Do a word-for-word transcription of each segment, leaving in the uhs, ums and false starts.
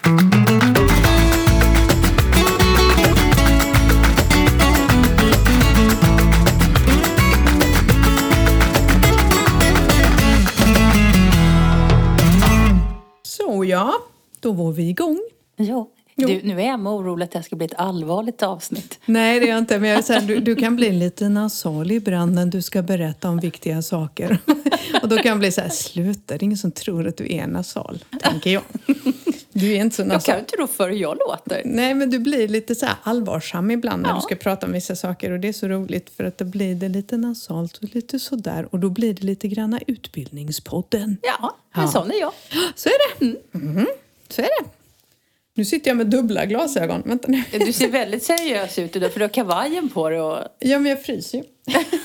Så ja, då var vi igång. Ja. Du, nu är Emma orolig att det ska bli ett allvarligt avsnitt. Nej, det är jag inte. Men jag vill säga, du, du kan bli lite nasal ibland när du ska berätta om viktiga saker. Och då kan jag bli så här, sluta. Det är ingen som tror att du är nasal, tänker jag. Du är inte så nasal. Jag kan inte tro för hur jag låter. Nej, men du blir lite så här allvarsam ibland när Ja. du ska prata om vissa saker. Och det är så roligt för att då blir det lite nasalt och lite sådär. Och då blir det lite granna utbildningspodden. Ja, en Ja. sån är jag. Så är det. Mm. Mm. Så är det. Nu sitter jag med dubbla glasögon. Vänta nu. Du ser väldigt seriös ut idag för du har kavajen på dig. Och... Ja, men jag fryser ju.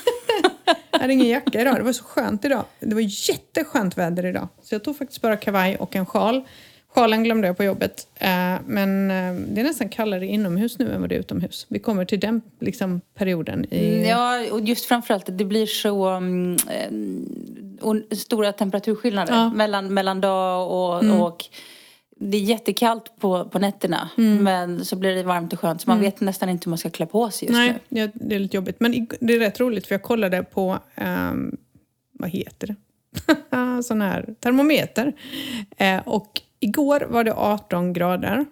Jag hade ingen jacka idag. Det var så skönt idag. Det var jätteskönt väder idag. Så jag tog faktiskt bara kavaj och en sjal. Sjalen glömde jag på jobbet. Men det är nästan kallare inomhus nu än vad det är utomhus. Vi kommer till den liksom, perioden. I... Ja, och just framförallt det blir så um, och stora temperaturskillnader Ja. mellan, mellan dag och... Mm. och det är jättekallt på, på nätterna. Mm. Men så blir det varmt och skönt. Så man Mm. vet nästan inte hur man ska klä på sig just Nej, nu. ja, det är lite jobbigt. Men det är rätt roligt för jag kollade på, um, vad heter det? Sån här termometer. Eh, och igår var det arton grader.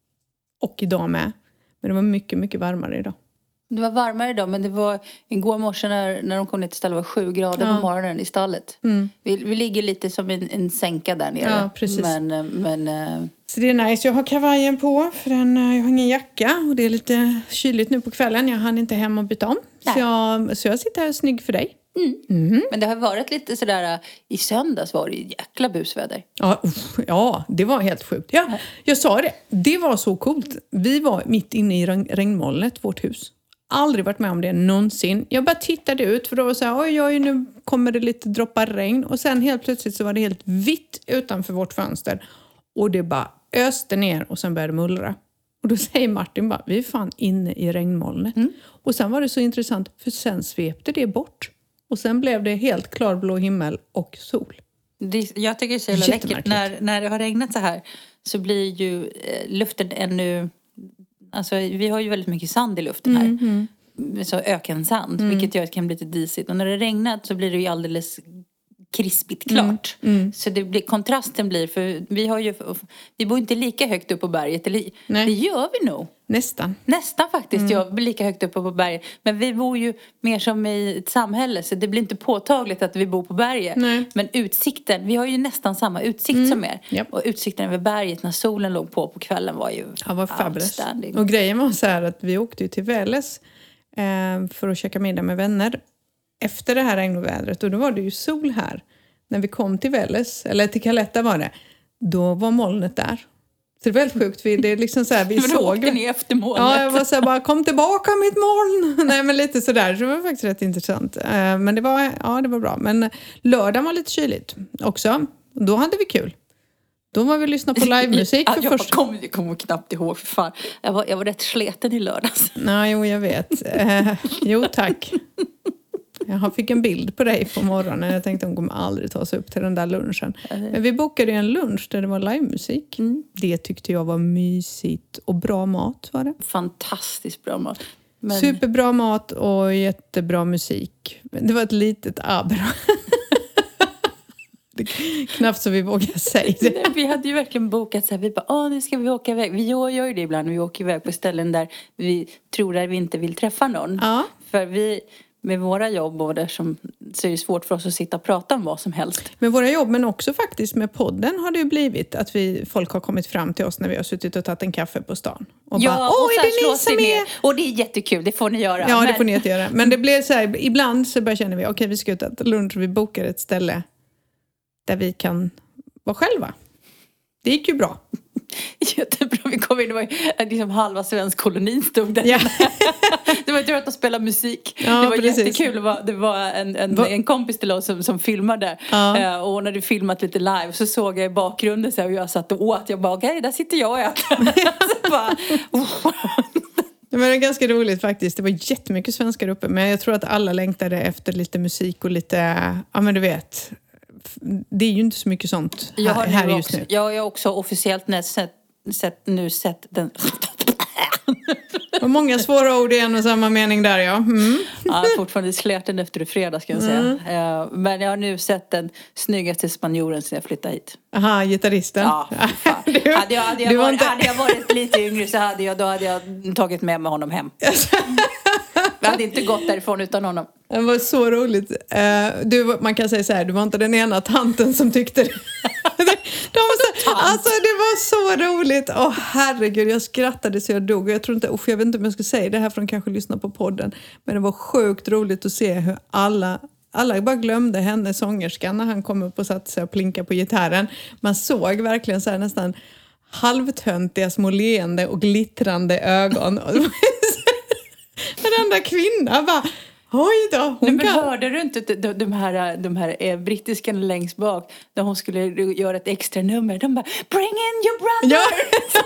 Och idag med. Men det var mycket, mycket varmare idag. Det var varmare idag, men det var igår morse när, när de kom ner till stallet var sju grader Ja. på morgonen i stallet. Mm. Vi, vi ligger lite som en, en sänka där nere. Ja, precis. Men, men eh, Så det är nice. Jag har kavajen på för den, jag har ingen jacka. Och det är lite kyligt nu på kvällen. Jag hann inte hem och byta om. Så jag, så jag sitter här snygg för dig. Mm. Mm. Men det har varit lite sådär, i söndags var det ju jäkla busväder. Ja, uff, ja, det var helt sjukt. Ja, jag sa det. Det var så coolt. Vi var mitt inne i regn- regnmolnet, vårt hus. Aldrig varit med om det någonsin. Jag bara tittade ut för då var så här, oj, oj, nu kommer det lite droppar regn. Och sen helt plötsligt så var det helt vitt utanför vårt fönster. Och det bara öste ner och sen började det mullra. Och då säger Martin bara, vi är fan inne i regnmolnet. Mm. Och sen var det så intressant, för sen svepte det bort. Och sen blev det helt klarblå himmel och sol. Det, jag tycker det är så jävla läckert. När, när det har regnat så här så blir ju eh, luften ännu... Alltså vi har ju väldigt mycket sand i luften här. Mm, mm. Så ökensand, mm. vilket gör att det kan bli lite disigt. Och när det regnat så blir det ju alldeles krispigt klart. Mm, mm. Så det blir, kontrasten blir, för vi har ju, vi bor inte lika högt upp på berget. Eller, det gör vi nog. Nästan. Nästan faktiskt, mm. jag blir lika högt uppe på berget. Men vi bor ju mer som i ett samhälle, så det blir inte påtagligt att vi bor på berget. Nej. Men utsikten, vi har ju nästan samma utsikt mm. som er. Yep. Och utsikten över berget när solen låg på på kvällen var ju ja, var outstanding. Och grejen var så här att vi åkte ju till Väles eh, för att käka middag med vänner efter det här regnovädret. Och då var det ju sol här. När vi kom till Väles, eller till Caletta var det, då var molnet där. Så det är väldigt sjukt. Vi, det är liksom så här, vi men såg... åkte ni efter molnet? Ja, jag var så här, bara, kom tillbaka mitt moln! Nej, men lite sådär. Så det var faktiskt rätt intressant. Uh, men det var, ja, det var bra. Men lördagen var lite kyligt också. Då hade vi kul. Då var vi lyssna på livemusik för jag första... Kom, jag kommer knappt ihåg, för fan. Jag var, jag var rätt sleten i lördags. Nej, jo, jag vet. Uh, jo, tack. Jag fick en bild på dig på morgonen. Jag tänkte att hon kommer aldrig ta sig upp till den där lunchen. Men vi bokade en lunch där det var livemusik. Mm. Det tyckte jag var mysigt. Och bra mat var det. Fantastiskt bra mat. Men... Superbra mat och jättebra musik. Det var ett litet aber. Det är knappt så vi vågar säga det. Vi hade ju verkligen bokat så här. Vi bara, åh, nu ska vi åka iväg. Vi gör ju det ibland. Vi åker iväg på ställen där vi tror att vi inte vill träffa någon. Ja. För vi... Med våra jobb och där som, så är det svårt för oss att sitta och prata om vad som helst. Med våra jobb, men också faktiskt med podden har det ju blivit att vi, folk har kommit fram till oss när vi har suttit och tagit en kaffe på stan. Och ja, bara, och åh, är det ni som är... Ner. Och det är jättekul, det får ni göra. Ja, men... det får ni göra. Men det blir så här, ibland så bara känner vi, okej, okay, vi ska ut och äta lunch och vi bokar ett ställe där vi kan vara själva. Det gick ju bra. Jättebra, vi kom in, det var liksom halva svensk kolonin stod där. Ja. Det var tur att de spelade musik. Ja, det var precis. jättekul, det var, det var en, en, en kompis till oss som, som filmade. Ja. Uh, och hon hade filmat lite live, så såg jag i bakgrunden så här, och jag satt och åt. Jag bara, okej, okay, där sitter jag och äter. Så bara, oh. Det var ganska roligt faktiskt. Det var jättemycket svenskar uppe. Men jag tror att alla längtade efter lite musik och lite, ja men du vet... Det är ju inte så mycket sånt här, jag har här nu just också, nu. Jag har också officiellt nästan sett, nu sett den... Och många svåra ord i en och samma mening där, ja. Mm. Ja, fortfarande släten efter i fredags kan jag säga. Mm. Men jag har nu sett den snyggaste spanjoren sedan jag flyttade hit. Aha, gitarristen. Ja, fan. du, hade, jag, hade, jag varit, inte... hade jag varit lite yngre så hade jag, då hade jag tagit med mig honom hem. Jag hade inte gått därifrån utan honom. Det var så roligt. Du, man kan säga så här, du var inte den ena tanten som tyckte det. De så, alltså det var så roligt. Åh oh, herregud, jag skrattade så jag dog. Jag tror inte, usch, jag vet inte om jag ska säga det här för de kanske lyssnar på podden. Men det var sjukt roligt att se hur alla, alla bara glömde henne, sångerskan, när han kom upp och satte sig och plinkade på gitarren. Man såg verkligen så här nästan halvtöntiga små leende och glittrande ögon. Varenda kvinna bara... Oj då, hon Nej, men kan... hörde du inte de, de här, de här eh, brittiskarna längst bak när hon skulle göra ett extra nummer? De bara, bring in your brother! Ja.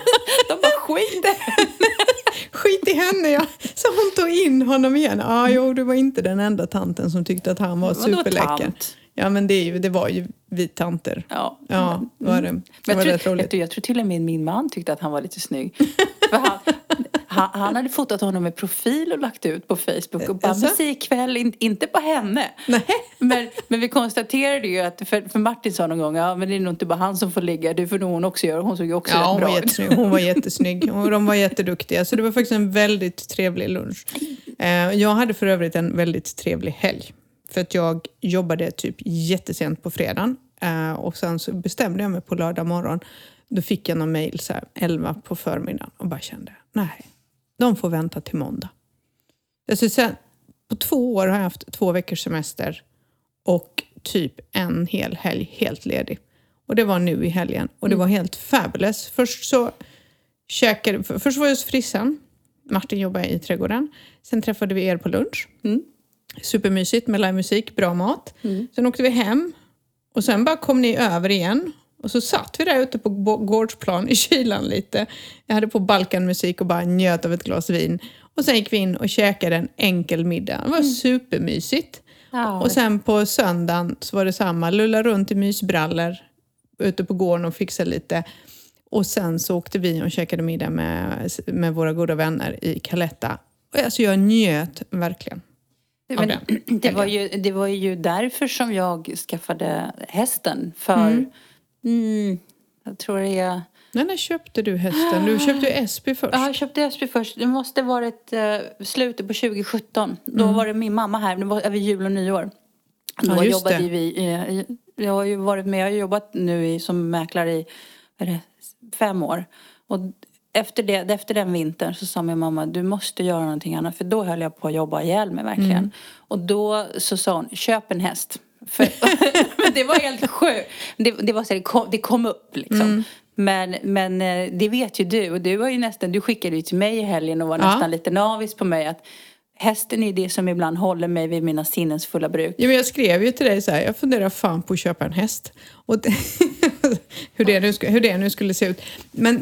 De bara, skit i henne. Skit i henne, ja. Så hon tog in honom igen. Ja, ah, jo, du var inte den enda tanten som tyckte att han var superläcker. Ja, men det, är ju, det var ju vi tanter. Ja, ja det var det. Det jag, var tror, rätt roligt. Jag, jag tror till och med min man tyckte att han var lite snygg. För han, han, han hade fotat honom med profil och lagt ut på Facebook. Och bara, alltså? musikväl, in, inte på henne. Nej. Men, men vi konstaterade ju att, för, för Martin sa någon gång, ja men det är nog inte bara han som får ligga. Det får nog hon också göra. Hon såg ju också ja, rätt bra hon var, hon var jättesnygg. Och de var jätteduktiga. Så det var faktiskt en väldigt trevlig lunch. Jag hade för övrigt en väldigt trevlig helg. För att jag jobbade typ jättesent på fredagen. Uh, och sen så bestämde jag mig på lördag morgon. Då fick jag någon mejl så här elva på förmiddagen. Och bara kände, nej, de får vänta till måndag. Alltså sen, på två år har jag haft två veckors semester. Och typ en hel helg helt ledig. Och det var nu i helgen. Och det var helt fabulous. Först så käkade, först var jag hos frissan. Martin jobbade i trädgården. Sen träffade vi er på lunch. Mm. Supermysigt med livemusik, bra mat. Mm. Sen åkte vi hem. Och sen bara kom ni över igen. Och så satt vi där ute på gårdsplan i kylan lite. Jag hade på Balkanmusik och bara njöt av ett glas vin. Och sen gick vi in och käkade en enkel middag. Det var mm. supermysigt. Ja. Och sen på söndagen så var det samma. Lulla runt i mysbrallor ute på gården och fixa lite. Och sen så åkte vi och käkade middag med, med våra goda vänner i Caletta. Och alltså jag njöt verkligen. Men det, var ju, det var ju därför som jag skaffade hästen. För, mm. Mm, jag tror det är... Nej, när köpte du hästen? Du köpte ju Esby först. Ja, jag köpte Esby först. Det måste ha varit uh, slutet på tjugo sjutton. Då mm. var det min mamma här. Det var över jul och nyår. Då ja, jobbade det. vi... Uh, jag har ju varit med, jag har jobbat nu i, som mäklare i vad är det, fem år. Och efter, det, efter den vintern så sa min mamma, du måste göra någonting annat. För då höll jag på att jobba ihjäl mig verkligen. Mm. Och då så sa hon, köp en häst. För, men det var helt sjukt. Det, det var så det kom, det kom upp liksom. Mm. Men, men det vet ju du. Och du var ju nästan, du skickade ju till mig i helgen och var ja. nästan lite navis på mig att hästen är det som ibland håller mig vid mina sinnens fulla bruk. Ja, men jag skrev ju till dig så här, jag funderar fan på att köpa en häst. Och det, hur, det nu, hur det nu skulle se ut. Men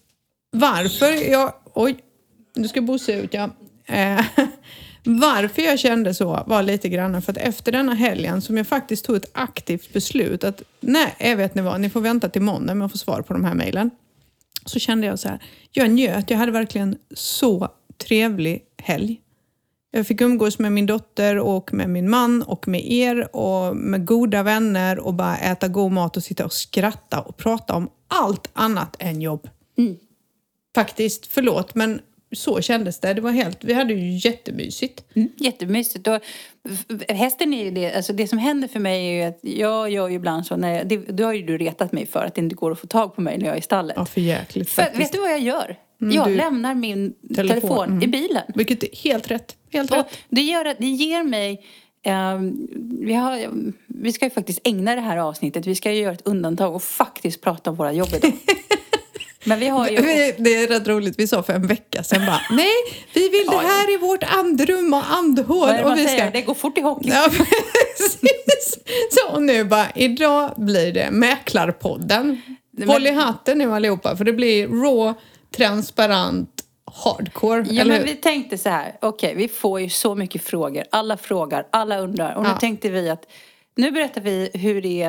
varför jag... Oj, nu ska Bosse ut, ja. Eh, varför jag kände så var lite grann för att efter denna helgen som jag faktiskt tog ett aktivt beslut att nej, jag vet ni vad, ni får vänta till måndag om jag får svar på de här mejlen. Så kände jag så här, jag njöt, jag hade verkligen så trevlig helg. Jag fick umgås med min dotter och med min man och med er och med goda vänner och bara äta god mat och sitta och skratta och prata om allt annat än jobb. Mm. Faktiskt, förlåt, men så kändes det. Det var helt, vi hade ju jättemysigt. Mm, jättemysigt. Och hästen är ju det, alltså det som händer för mig är ju att jag gör ju ibland så, när jag, det, det har ju du retat mig för att det inte går att få tag på mig när jag är i stallet. Ja, för jäkligt för, vet du vad jag gör? Mm, jag lämnar min telefon, telefon mm. i bilen. Vilket är helt rätt. Helt och rätt. Det, gör, det ger mig... Um, vi, har, vi ska ju faktiskt ägna det här avsnittet. Vi ska ju göra ett undantag och faktiskt prata om våra jobb idag. Men vi har ju... Det är rätt roligt. Vi sa för en vecka sedan bara, nej, vi vill det här i vårt andrum och andhål. Vad är det man och vi säger? ska... Det går fort i hockey. Ja, precis. Så och nu bara, idag blir det Mäklarpodden. Men... Håll i hatten nu allihopa, för det blir raw, transparent, hardcore. Ja, men vi tänkte så här, okej, okay, vi får ju så mycket frågor. Alla frågar, alla undrar. Och nu ja. tänkte vi att, nu berättar vi hur det är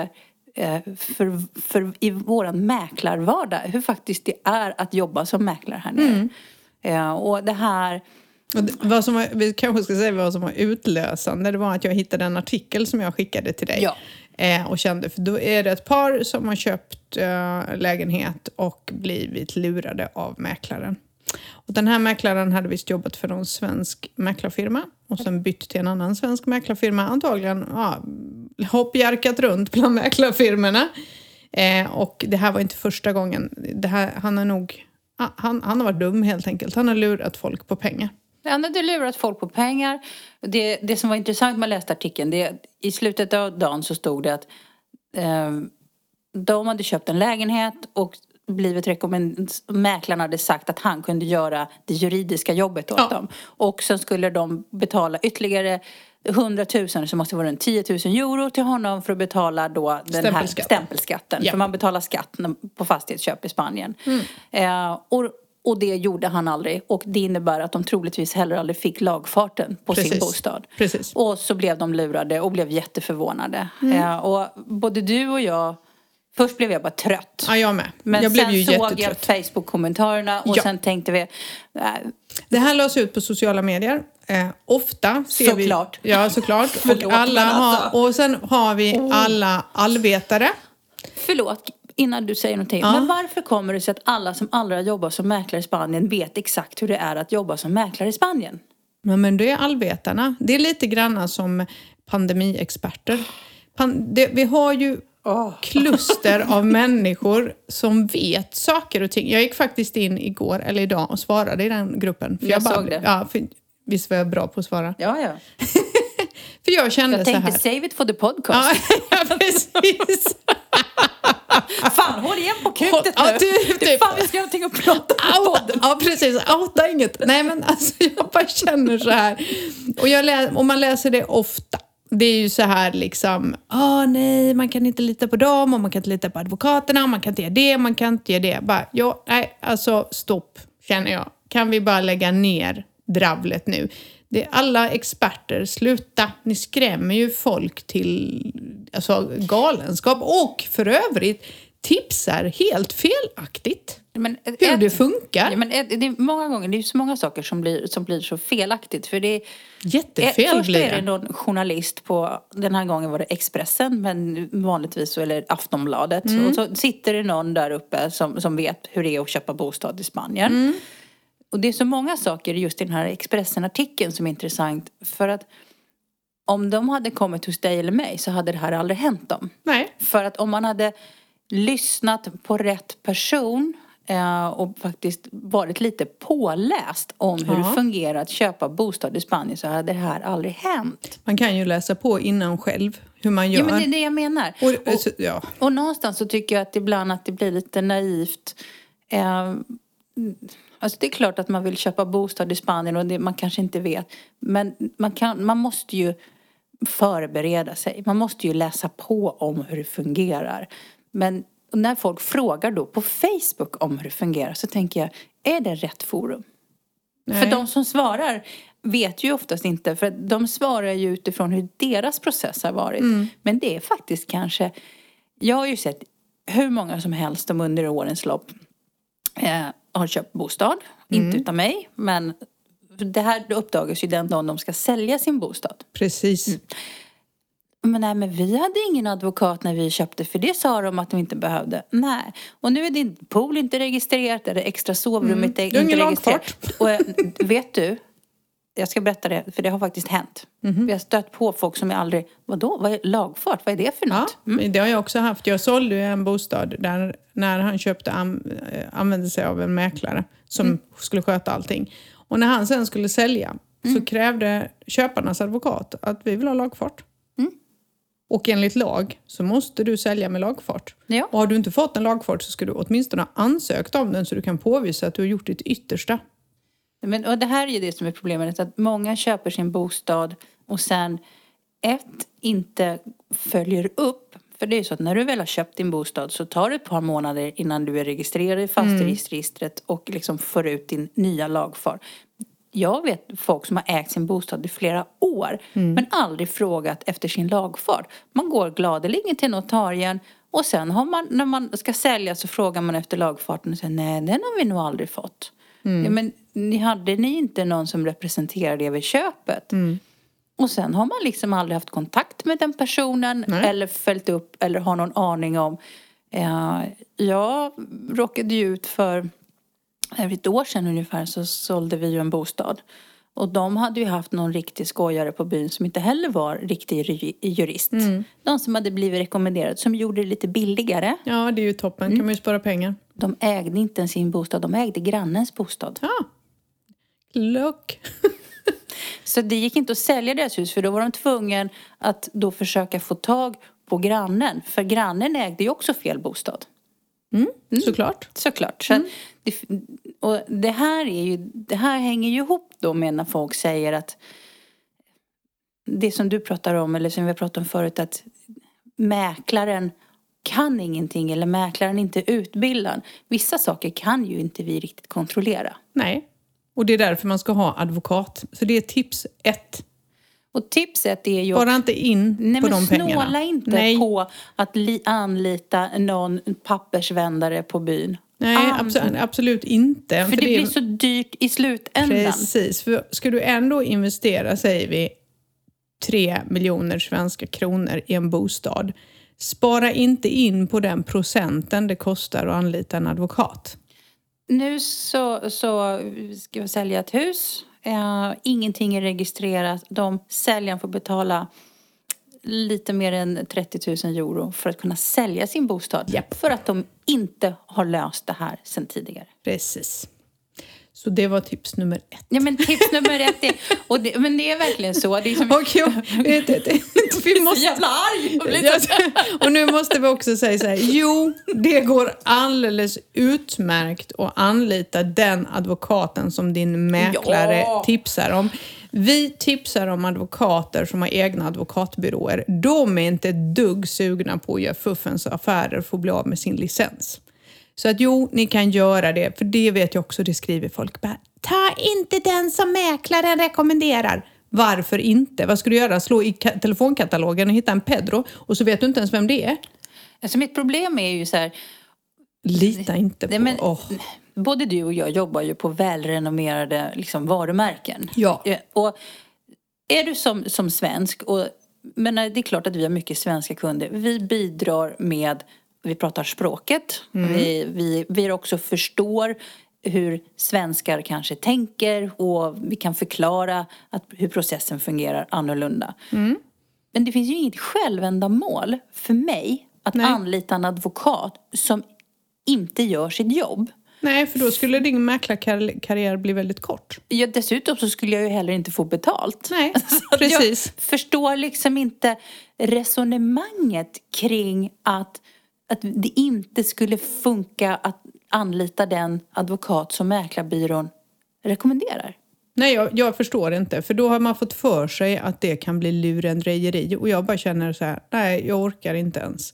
för, för i våran mäklarvardag. Hur faktiskt det är att jobba som mäklare här nere. Mm. Och det här... Och det, vad som var, vi kanske ska säga vad som var utlösande. Det var att jag hittade en artikel som jag skickade till dig. Ja. Eh, och kände, för då är det ett par som har köpt eh, lägenhet och blivit lurade av mäklaren. Och den här mäklaren hade visst jobbat för en svensk mäklarfirma. Och sen bytt till en annan svensk mäklarfirma. Antagligen ja, hoppjarkat runt bland mäklarfirmorna. Eh, och det här var inte första gången. Det här, han är nog... Han, han har varit dum helt enkelt. Han har lurat folk på pengar. Han hade lurat folk på pengar. Det, det som var intressant med att läsa artikeln. Det, I slutet av dagen så stod det att eh, de hade köpt en lägenhet. Och blivit rekommend- mäklarna hade sagt att han kunde göra det juridiska jobbet åt ja. dem. Och sen skulle de betala ytterligare hundratusen, så måste det vara en tio tusen euro till honom för att betala då den här stämpelskatten. Ja. För man betalar skatt på fastighetsköp i Spanien. Mm. Eh, och, och det gjorde han aldrig. Och det innebär att de troligtvis heller aldrig fick lagfarten på Precis. sin bostad. Precis. Och så blev de lurade och blev jätteförvånade. Mm. Eh, och både du och jag... Först blev jag bara trött. Ja, jag med. Men jag sen blev ju såg jättetrött. jag Facebook-kommentarerna och ja. sen tänkte vi... Äh, det här lades ut på sociala medier. Eh, ofta ser såklart. vi... Ja, såklart. Förlåt, och, alla alltså. har, och sen har vi oh. alla allvetare. Förlåt, innan du säger någonting. Ja. Men varför kommer det sig att alla som aldrig jobbar som mäklare i Spanien vet exakt hur det är att jobba som mäklare i Spanien? Ja, men det är allvetarna. Det är lite granna som pandemiexperter. Pan- det, vi har ju... Oh. kluster av människor som vet saker och ting. Jag gick faktiskt in igår eller idag och svarade i den gruppen. För jag, jag bara, såg det. Ja, för, visst var jag bra på att svara? Ja, ja. För jag kände jag så här. Jag tänkte save it for the podcast. Ja, precis. Fan, håll igen på krutet ja, nu. typ, det är fan, vi ska någonting att prata om. Ja, precis. Outa inget. Nej, men alltså jag bara känner så här. Och, jag lä- och man läser det ofta. Det är ju så här liksom, ah nej, man kan inte lita på dem och man kan inte lita på advokaterna och man kan inte göra det, man kan inte göra det. Bara, ja, nej, alltså stopp, känner jag. Kan vi bara lägga ner dravlet nu? Det är alla experter, sluta. Ni skrämmer ju folk till alltså, galenskap och för övrigt tipsar helt felaktigt. Men, hur ett, det funkar. Ja, men ett, det är många gånger, det är så många saker som blir, som blir så felaktigt. För det är, Jättefel ett, först blir det. är det någon journalist på, den här gången var det Expressen, men vanligtvis så, eller Aftonbladet. Mm. Och så sitter det någon där uppe som, som vet hur det är att köpa bostad i Spanien. Mm. Och det är så många saker just i den här Expressen-artikeln som är intressant. För att om de hade kommit hos dig eller mig så hade det här aldrig hänt dem. Nej. För att om man hade lyssnat på rätt person eh, och faktiskt varit lite påläst om hur ja. det fungerar att köpa bostad i Spanien så hade det här aldrig hänt. Man kan ju läsa på innan själv hur man gör. Ja, men det är det jag menar. Och, och, så, ja. och någonstans så tycker jag att ibland att det blir lite naivt. Eh, alltså det är klart att man vill köpa bostad i Spanien och det, man kanske inte vet. Men man, kan, man måste ju förbereda sig. Man måste ju läsa på om hur det fungerar. Men när folk frågar då på Facebook om hur det fungerar så tänker jag, är det rätt forum? Nej. För de som svarar vet ju oftast inte, för de svarar ju utifrån hur deras process har varit. Mm. Men det är faktiskt kanske, jag har ju sett hur många som helst de under årens lopp eh, har köpt bostad. Mm. Inte utav mig, men det här uppdagas ju den dagen de ska sälja sin bostad. Precis. Mm. Men nej, men vi hade ingen advokat när vi köpte, för det sa de att de inte behövde. Nej. Och nu är din pool inte registrerat, eller extra sovrummet mm. är inte registrerat. Och vet du, jag ska berätta det, för det har faktiskt hänt. Mm. Vi har stött på folk som är aldrig, vadå, vad är lagfart, vad är det för något? Ja, mm. det har jag också haft. Jag sålde ju en bostad där när han köpte an, använde sig av en mäklare som mm. skulle sköta allting. Och när han sen skulle sälja mm. så krävde köparnas advokat att vi vill ha lagfart. Mm. Och enligt lag så måste du sälja med lagfart. Ja. Och har du inte fått en lagfart så ska du åtminstone ha ansökt om den så du kan påvisa att du har gjort ditt yttersta. Men, och det här är ju det som är problemet, att många köper sin bostad och sen ett inte följer upp. För det är så att när du väl har köpt din bostad så tar det ett par månader innan du är registrerad i fastighetsregistret mm. och liksom får ut din nya lagfart. Jag vet folk som har ägt sin bostad i flera år mm. men aldrig frågat efter sin lagfart. Man går gladeligen till notarien Och sen har man, när man ska sälja så frågar man efter lagfarten och säger nej, den har vi nog aldrig fått. Mm. Ja, men ni, hade ni inte någon som representerade er vid köpet? Mm. Och sen har man liksom aldrig haft kontakt med den personen nej. Eller följt upp eller har någon aning om. Eh, jag råkade ju ut för ett år sedan ungefär så sålde vi ju en bostad. Och de hade ju haft någon riktig skojare på byn som inte heller var riktig jurist. Mm. De som hade blivit rekommenderade, som gjorde det lite billigare. Ja, det är ju toppen. Mm. Kan man ju spara pengar. De ägde inte sin bostad, de ägde grannens bostad. Ja, look. Så det gick inte att sälja deras hus för då var de tvungen att då försöka få tag på grannen. För grannen ägde ju också fel bostad. Mm, mm. Såklart. Såklart. Så mm. det, och det här är ju, det här hänger ju ihop då med när folk säger att det som du pratar om eller som vi har pratat om förut att mäklaren kan ingenting eller mäklaren inte utbildad. Vissa saker kan ju inte vi riktigt kontrollera. Nej, och det är därför man ska ha advokat. Så det är tips ett. Och tipset är ju... Bara inte in nej, på de pengarna. Nej, men snåla inte nej. På att li- anlita någon pappersvändare på byn. Nej, An- absolut, absolut inte. För, för det, det blir så dyrt i slutändan. Precis, för ska du ändå investera, säger vi, tre miljoner svenska kronor i en bostad. Spara inte in på den procenten det kostar att anlita en advokat. Nu så, så ska vi sälja ett hus. Uh, ingenting är registrerat. De säljaren får betala lite mer än trettio tusen euro för att kunna sälja sin bostad. Yep. För att de inte har löst det här sedan tidigare. Precis. Så det var tips nummer ett. Ja, men tips nummer ett är... Och det, men det är verkligen så. Det är som, och, jo, det, det, det, vi måste, så jävla arg! Och, och nu måste vi också säga så här. Jo, det går alldeles utmärkt att anlita den advokaten som din mäklare ja. tipsar om. Vi tipsar om advokater som har egna advokatbyråer. De är inte ett dugg sugna på att göra fuffens affärer för att bli av med sin licens. Så att jo, ni kan göra det. För det vet jag också, det skriver folk. Ta inte den som mäklaren rekommenderar. Varför inte? Vad ska du göra? Slå i ka- telefonkatalogen och hitta en Pedro. Och så vet du inte ens vem det är. Alltså mitt problem är ju så här. Lita inte på... Men, oh. Både du och jag jobbar ju på välrenommerade liksom, varumärken. Ja. Och är du som, som svensk... Och, men det är klart att vi har mycket svenska kunder. Vi bidrar med... Vi pratar språket. Mm. Vi, vi, vi också förstår hur svenskar kanske tänker. Och vi kan förklara att, hur processen fungerar annorlunda. Mm. Men det finns ju inget självändamål för mig att Nej. anlita en advokat som inte gör sitt jobb. Nej, för då skulle din mäklarkarriär bli väldigt kort. Ja, dessutom så skulle jag ju heller inte få betalt. Nej, precis. Jag förstår liksom inte resonemanget kring att... Att det inte skulle funka att anlita den advokat som mäklarbyrån rekommenderar. Nej, jag, jag förstår inte. För då har man fått för sig att det kan bli lurendrejeri. Och jag bara känner så här, nej, jag orkar inte ens.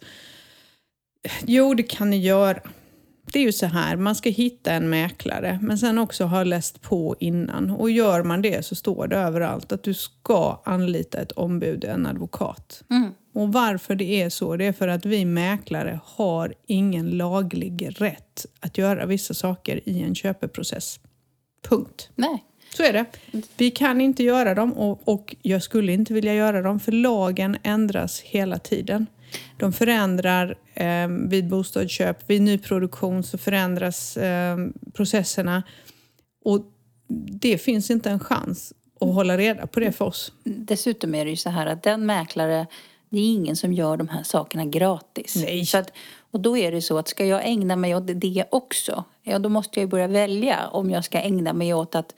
Jo, det kan ni göra. Det är ju så här, man ska hitta en mäklare. Men sen också ha läst på innan. Och gör man det så står det överallt att du ska anlita ett ombud, en advokat. Mm. Och varför det är så, det är för att vi mäklare har ingen laglig rätt att göra vissa saker i en köpeprocess. Punkt. Nej. Så är det. Vi kan inte göra dem och, och jag skulle inte vilja göra dem för lagen ändras hela tiden. De förändrar eh, vid bostadsköp, vid nyproduktion så förändras eh, processerna och det finns inte en chans att hålla reda på det för oss. Dessutom är det ju så här att den mäklare, det är ingen som gör de här sakerna gratis. Nej. Så att, och då är det så att ska jag ägna mig åt det också, ja då måste jag börja välja om jag ska ägna mig åt att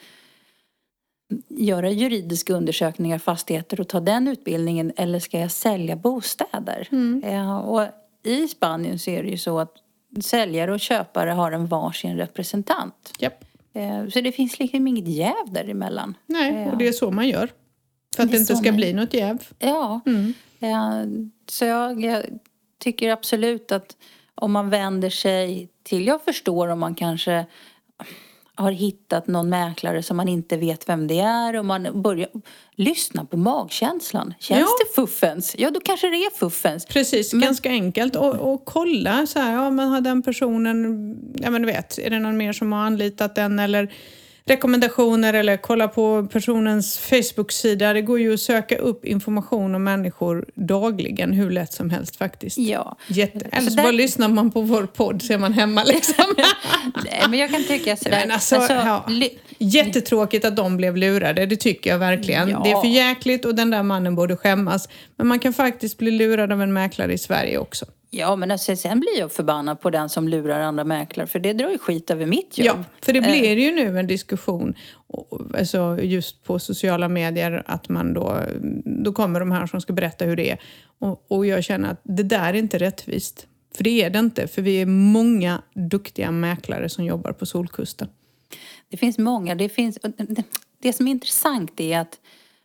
göra juridiska undersökningar av fastigheter och ta den utbildningen eller ska jag sälja bostäder? Mm. Ja, och i Spanien så är det ju så att säljare och köpare har en varsin representant. Yep. Så det finns liksom inget jäv däremellan. Nej, och det är så man gör. För att det, det inte ska man... bli något jäv. Ja, mm. ja så jag, jag tycker absolut att om man vänder sig till, jag förstår om man kanske har hittat någon mäklare som man inte vet vem det är och man börjar lyssna på magkänslan. Känns Ja. det fuffens? Ja, då kanske det är fuffens. Precis, men... ganska enkelt. Och, och kolla så här, ja men har den personen, ja men du vet, är det någon mer som har anlitat den eller rekommendationer eller kolla på personens Facebook-sida. Det går ju att söka upp information om människor dagligen hur lätt som helst faktiskt. Ja. Jätte. Eller så där... bara lyssnar man på vår podd så är man hemma liksom. Nej, men jag kan tycka sådär. Men alltså, alltså, ja, li- jättetråkigt att de blev lurade, det tycker jag verkligen. Ja. Det är för jäkligt och den där mannen borde skämmas. Men man kan faktiskt bli lurad av en mäklare i Sverige också. Ja, men alltså, sen blir jag förbannad på den som lurar andra mäklare. För det drar ju skit över mitt jobb. Ja, för det blir ju nu en diskussion alltså just på sociala medier att man då, då kommer de här som ska berätta hur det är. Och, och jag känner att det där är inte rättvist. För det är det inte, för vi är många duktiga mäklare som jobbar på Solkusten. Det finns många, det finns... Det som är intressant är att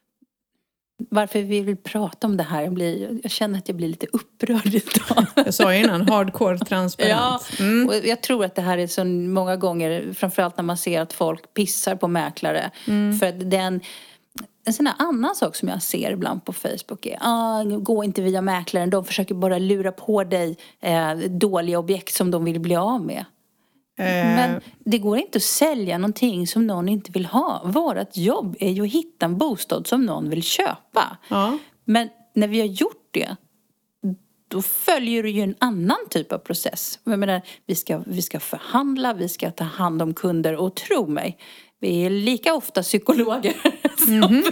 varför vi vill prata om det här. Jag, blir, jag känner att jag blir lite upprörd idag. Jag sa innan, hardcore transparent. Ja, mm. Och jag tror att det här är så många gånger, framförallt när man ser att folk pissar på mäklare. Mm. För att den, en sån här annan sak som jag ser ibland på Facebook är, ah, gå inte via mäklaren, de försöker bara lura på dig eh, dåliga objekt som de vill bli av med. Men det går inte att sälja någonting som någon inte vill ha. Vårat jobb är ju att hitta en bostad som någon vill köpa. Ja. Men när vi har gjort det, då följer det ju en annan typ av process. Jag menar, vi ska, vi ska förhandla, vi ska ta hand om kunder och tro mig, vi är lika ofta psykologer mm-hmm. som,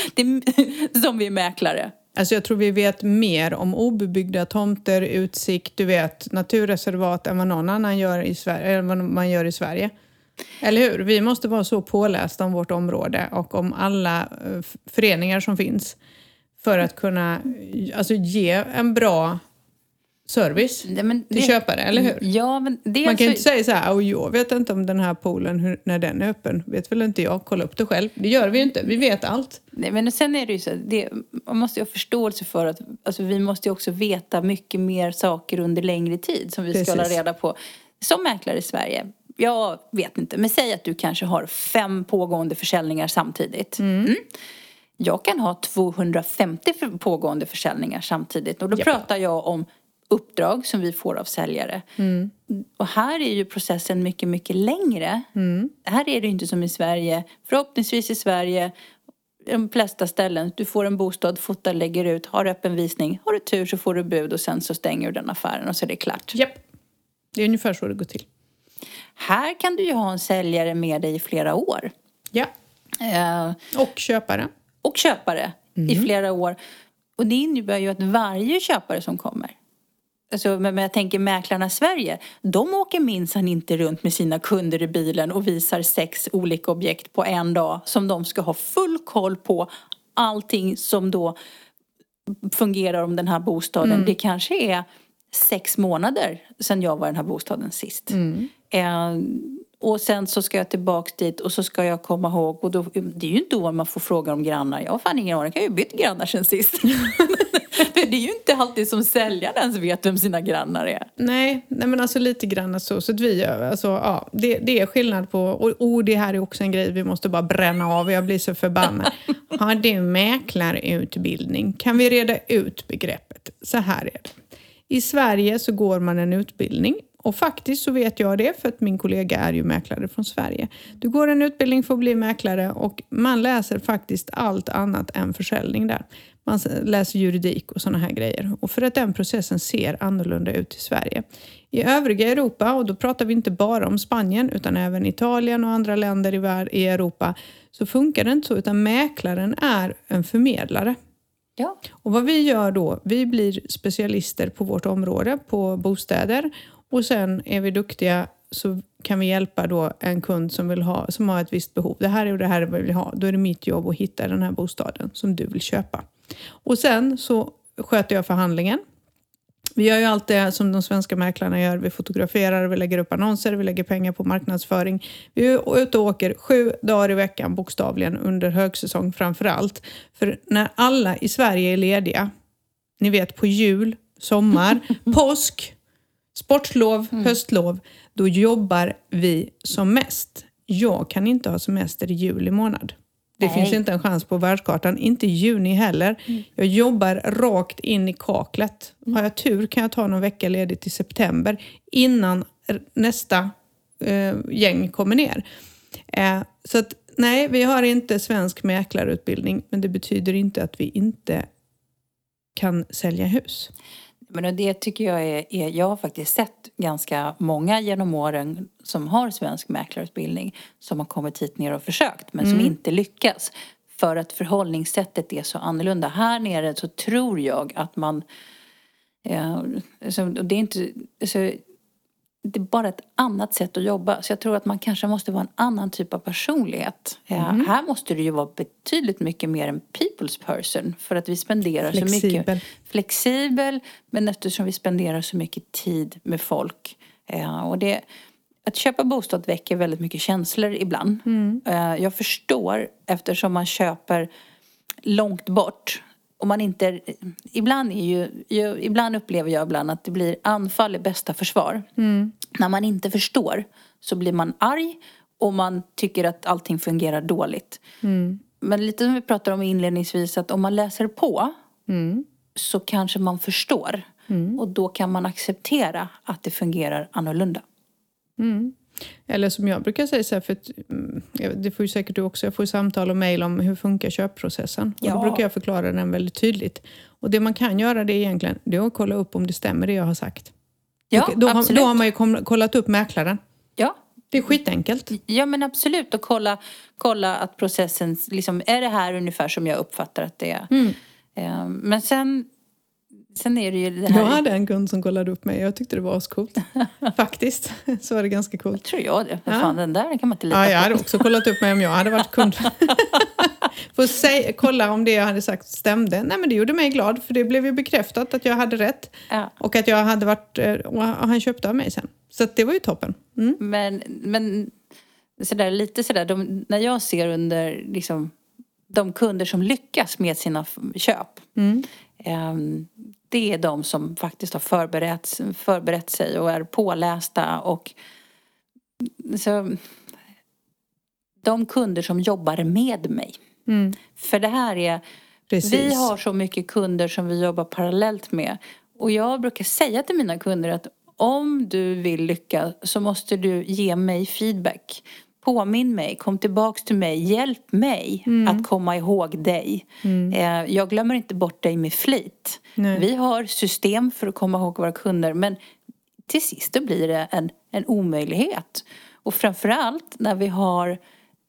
vi, som vi är mäklare. Alltså jag tror vi vet mer om obebyggda tomter, utsikt, du vet, naturreservat än vad någon annan gör i Sverige, än vad man gör i Sverige. Eller hur? Vi måste vara så pålästa om vårt område och om alla föreningar som finns för att kunna alltså, ge en bra service det, men det, till köpare, eller hur? Ja, men det man kan ju alltså... inte säga så här, oh, jag vet inte om den här poolen, hur, när den är öppen, vet väl inte jag, kolla upp det själv. Det gör vi ju inte, vi vet allt. Nej, men sen är det ju så, det, man måste ju ha förståelse för att alltså, vi måste ju också veta mycket mer saker under längre tid som vi Precis. ska hålla reda på. Som mäklare i Sverige, jag vet inte, men säg att du kanske har fem pågående försäljningar samtidigt. Mm. Mm. Jag kan ha tvåhundrafemtio pågående försäljningar samtidigt och då Japp. pratar jag om uppdrag som vi får av säljare. Mm. Och här är ju processen mycket, mycket längre. Mm. Här är det inte som i Sverige. Förhoppningsvis i Sverige, de flesta ställen, du får en bostad, fotar, lägger ut, har öppen visning. Har du tur så får du bud och sen så stänger du den affären och så är det klart. Japp. Det är ungefär så det går till. Här kan du ju ha en säljare med dig i flera år. Ja. Uh, och köpare. Och köpare mm. i flera år. Och det innebär ju att varje köpare som kommer, alltså, men jag tänker mäklarna i Sverige, de åker minsann inte runt med sina kunder i bilen och visar sex olika objekt på en dag som de ska ha full koll på allting som då fungerar om den här bostaden. Mm. Det kanske är sex månader sedan jag var i den här bostaden sist. Mm. Eh, och sen så ska jag tillbaka dit och så ska jag komma ihåg, och då, det är ju inte då man får fråga om grannar. Jag har fan ingen aning, jag har ju bytt grannar sen sist. Det är ju inte alltid som säljaren ens vet vem sina grannar är. Nej, nej men alltså lite grann så. Så att vi gör, alltså ja, det, det är skillnad på, och, och det här är också en grej vi måste bara bränna av. Jag blir så förbannad. Har du mäklarutbildning? Kan vi reda ut begreppet? Så här är det. I Sverige så går man en utbildning. Och faktiskt så vet jag det för att min kollega är ju mäklare från Sverige. Du går en utbildning för att bli mäklare och man läser faktiskt allt annat än försäljning där. Man läser juridik och sådana här grejer. Och för att den processen ser annorlunda ut i Sverige. I övriga Europa, och då pratar vi inte bara om Spanien utan även Italien och andra länder i, värld, i Europa, så funkar det inte så, utan mäklaren är en förmedlare. Ja. Och vad vi gör då, vi blir specialister på vårt område, på bostäder. Och sen är vi duktiga så kan vi hjälpa då en kund som vill ha, som har ett visst behov. Det här är och det här vi vill ha. Då är det mitt jobb att hitta den här bostaden som du vill köpa. Och sen så sköter jag förhandlingen. Vi gör ju allt det som de svenska mäklarna gör. Vi fotograferar, vi lägger upp annonser, vi lägger pengar på marknadsföring. Vi är ute och åker sju dagar i veckan bokstavligen under högsäsong framför allt. För när alla i Sverige är lediga, ni vet på jul, sommar, påsk, sportlov, mm. höstlov, då jobbar vi som mest. jag kan inte ha semester i juli månad. Det Nej. finns inte en chans på världskartan. Inte i juni heller. Mm. Jag jobbar rakt in i kaklet. Mm. Har jag tur kan jag ta någon vecka ledigt i september. Innan nästa eh, gäng kommer ner. Eh, så att nej, vi har inte svensk mäklarutbildning. Men det betyder inte att vi inte kan sälja hus. Men det tycker jag är, är... Jag har faktiskt sett ganska många genom åren som har svensk mäklarutbildning. Som har kommit hit ner och försökt. Men mm. som inte lyckas. För att förhållningssättet är så annorlunda. Här nere så tror jag att man... Eh, så det är inte... Så, det är bara ett annat sätt att jobba. Så jag tror att man kanske måste vara en annan typ av personlighet. Mm. Här måste du ju vara betydligt mycket mer en people's person. För att vi spenderar flexibel. så mycket... Flexibel. Men eftersom vi spenderar så mycket tid med folk. Och det... Att köpa bostad väcker väldigt mycket känslor ibland. Mm. Jag förstår eftersom man köper långt bort. Och man inte... Ibland, är ju, ju, ibland upplever jag ibland att det blir anfall i bästa försvar. Mm. När man inte förstår så blir man arg. Och man tycker att allting fungerar dåligt. Mm. Men lite som vi pratade om inledningsvis. Att om man läser på mm. så kanske man förstår. Mm. Och då kan man acceptera att det fungerar annorlunda. Mm. Eller som jag brukar säga så här, för att, det får ju säkert du också, jag får ju samtal och mejl om hur funkar köpprocessen. Ja. Och då brukar jag förklara den väldigt tydligt. Och det man kan göra det egentligen, det är att kolla upp om det stämmer det jag har sagt. Ja, då, absolut. Har, då har man ju kollat upp mäklaren. Ja. Det är skitenkelt. Ja, men absolut. Och kolla, kolla att processen, liksom, är det här ungefär som jag uppfattar att det är. Mm. Um, men sen... Sen är det ju det här... Jag hade en kund som kollade upp mig. Jag tyckte det var ascoolt. Faktiskt. Så var det ganska coolt. Tror jag det. Vad fan, ja. Den där kan man inte lita ja, på. Jag hade också kollat upp mig om jag hade varit kund. För att säga, kolla om det jag hade sagt stämde. Nej, men det gjorde mig glad. För det blev ju bekräftat att jag hade rätt. Ja. Och att jag hade varit... Och han köpte av mig sen. Så att det var ju toppen. Mm. Men, men sådär, lite sådär. De, när jag ser under liksom, de kunder som lyckas med sina köp. Mm. Um, det är de som faktiskt har förberett, förberett sig och är pålästa. Och så, de kunder som jobbar med mig. Mm. För det här är... Precis. Vi har så mycket kunder som vi jobbar parallellt med. Och jag brukar säga till mina kunder att om du vill lyckas så måste du ge mig feedback. Påminn mig, kom tillbaks till mig, hjälp mig mm. att komma ihåg dig. Mm. Eh, jag glömmer inte bort dig med flit. Nej. Vi har system för att komma ihåg våra kunder, men till sist då blir det en, en omöjlighet. Och framförallt när vi har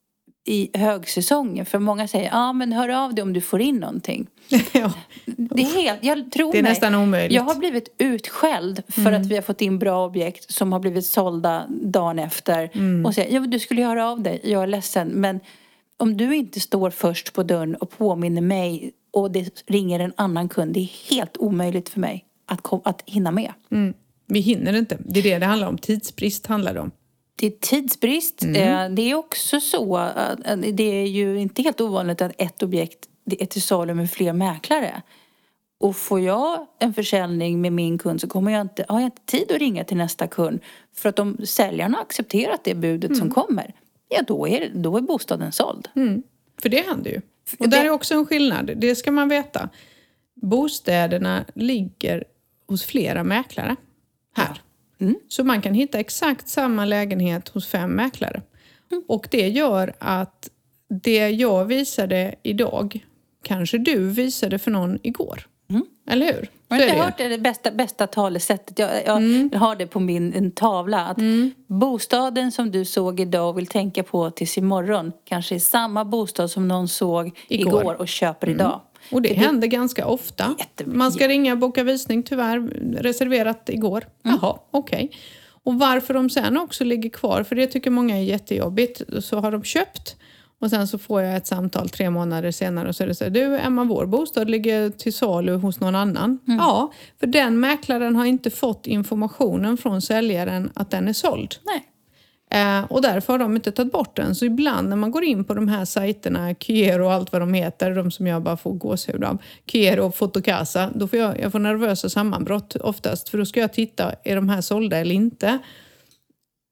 i högsäsongen, för många säger, ja ah, men hör av dig om du får in någonting. Ja. Det är helt, jag tror det är mig, nästan omöjligt. Jag har blivit utskälld för mm. att vi har fått in bra objekt som har blivit sålda dagen efter. Mm. Och säger, ja du skulle höra av dig, jag är ledsen. Men om du inte står först på dörren och påminner mig och det ringer en annan kund, det är helt omöjligt för mig att, kom, att hinna med. Mm. Vi hinner inte, det är det det handlar om, tidsbrist handlar det om. Det är tidsbrist. Mm. Det är också så att det är ju inte helt ovanligt att ett objekt är till salu med fler mäklare. Och får jag en försäljning med min kund så kommer jag inte, har jag inte tid att ringa till nästa kund. För att om säljarna har accepterat det budet mm. som kommer, ja då är, då är bostaden såld. Mm. För det händer ju. Och där är också en skillnad, det ska man veta. Bostäderna ligger hos flera mäklare här. Mm. Så man kan hitta exakt samma lägenhet hos fem mäklare. Mm. Och det gör att det jag visade idag kanske du visade för någon igår. Mm. Eller hur? Jag har inte hört det, det bästa, bästa talesättet. Jag, jag mm. har det på min en tavla. Att mm. bostaden som du såg idag och vill tänka på tills imorgon kanske är samma bostad som någon såg igår, igår och köper mm. idag. Och det, det händer det, ganska ofta. Man ska ringa och boka visning, tyvärr reserverat igår. Mm. Jaha, okej. Okay. Och varför de sen också ligger kvar, för det tycker många är jättejobbigt. Så har de köpt och sen så får jag ett samtal tre månader senare och så är det så här, du Emma, vår bostad ligger till salu hos någon annan. Mm. Ja, för den mäklaren har inte fått informationen från säljaren att den är såld. Nej. Eh, och därför har de inte tagit bort den. Så ibland när man går in på de här sajterna, Kyero och allt vad de heter, de som jag bara får gåshud av, Kyero och Fotokasa, då får jag, jag får nervösa sammanbrott oftast. För då ska jag titta, är de här sålda eller inte?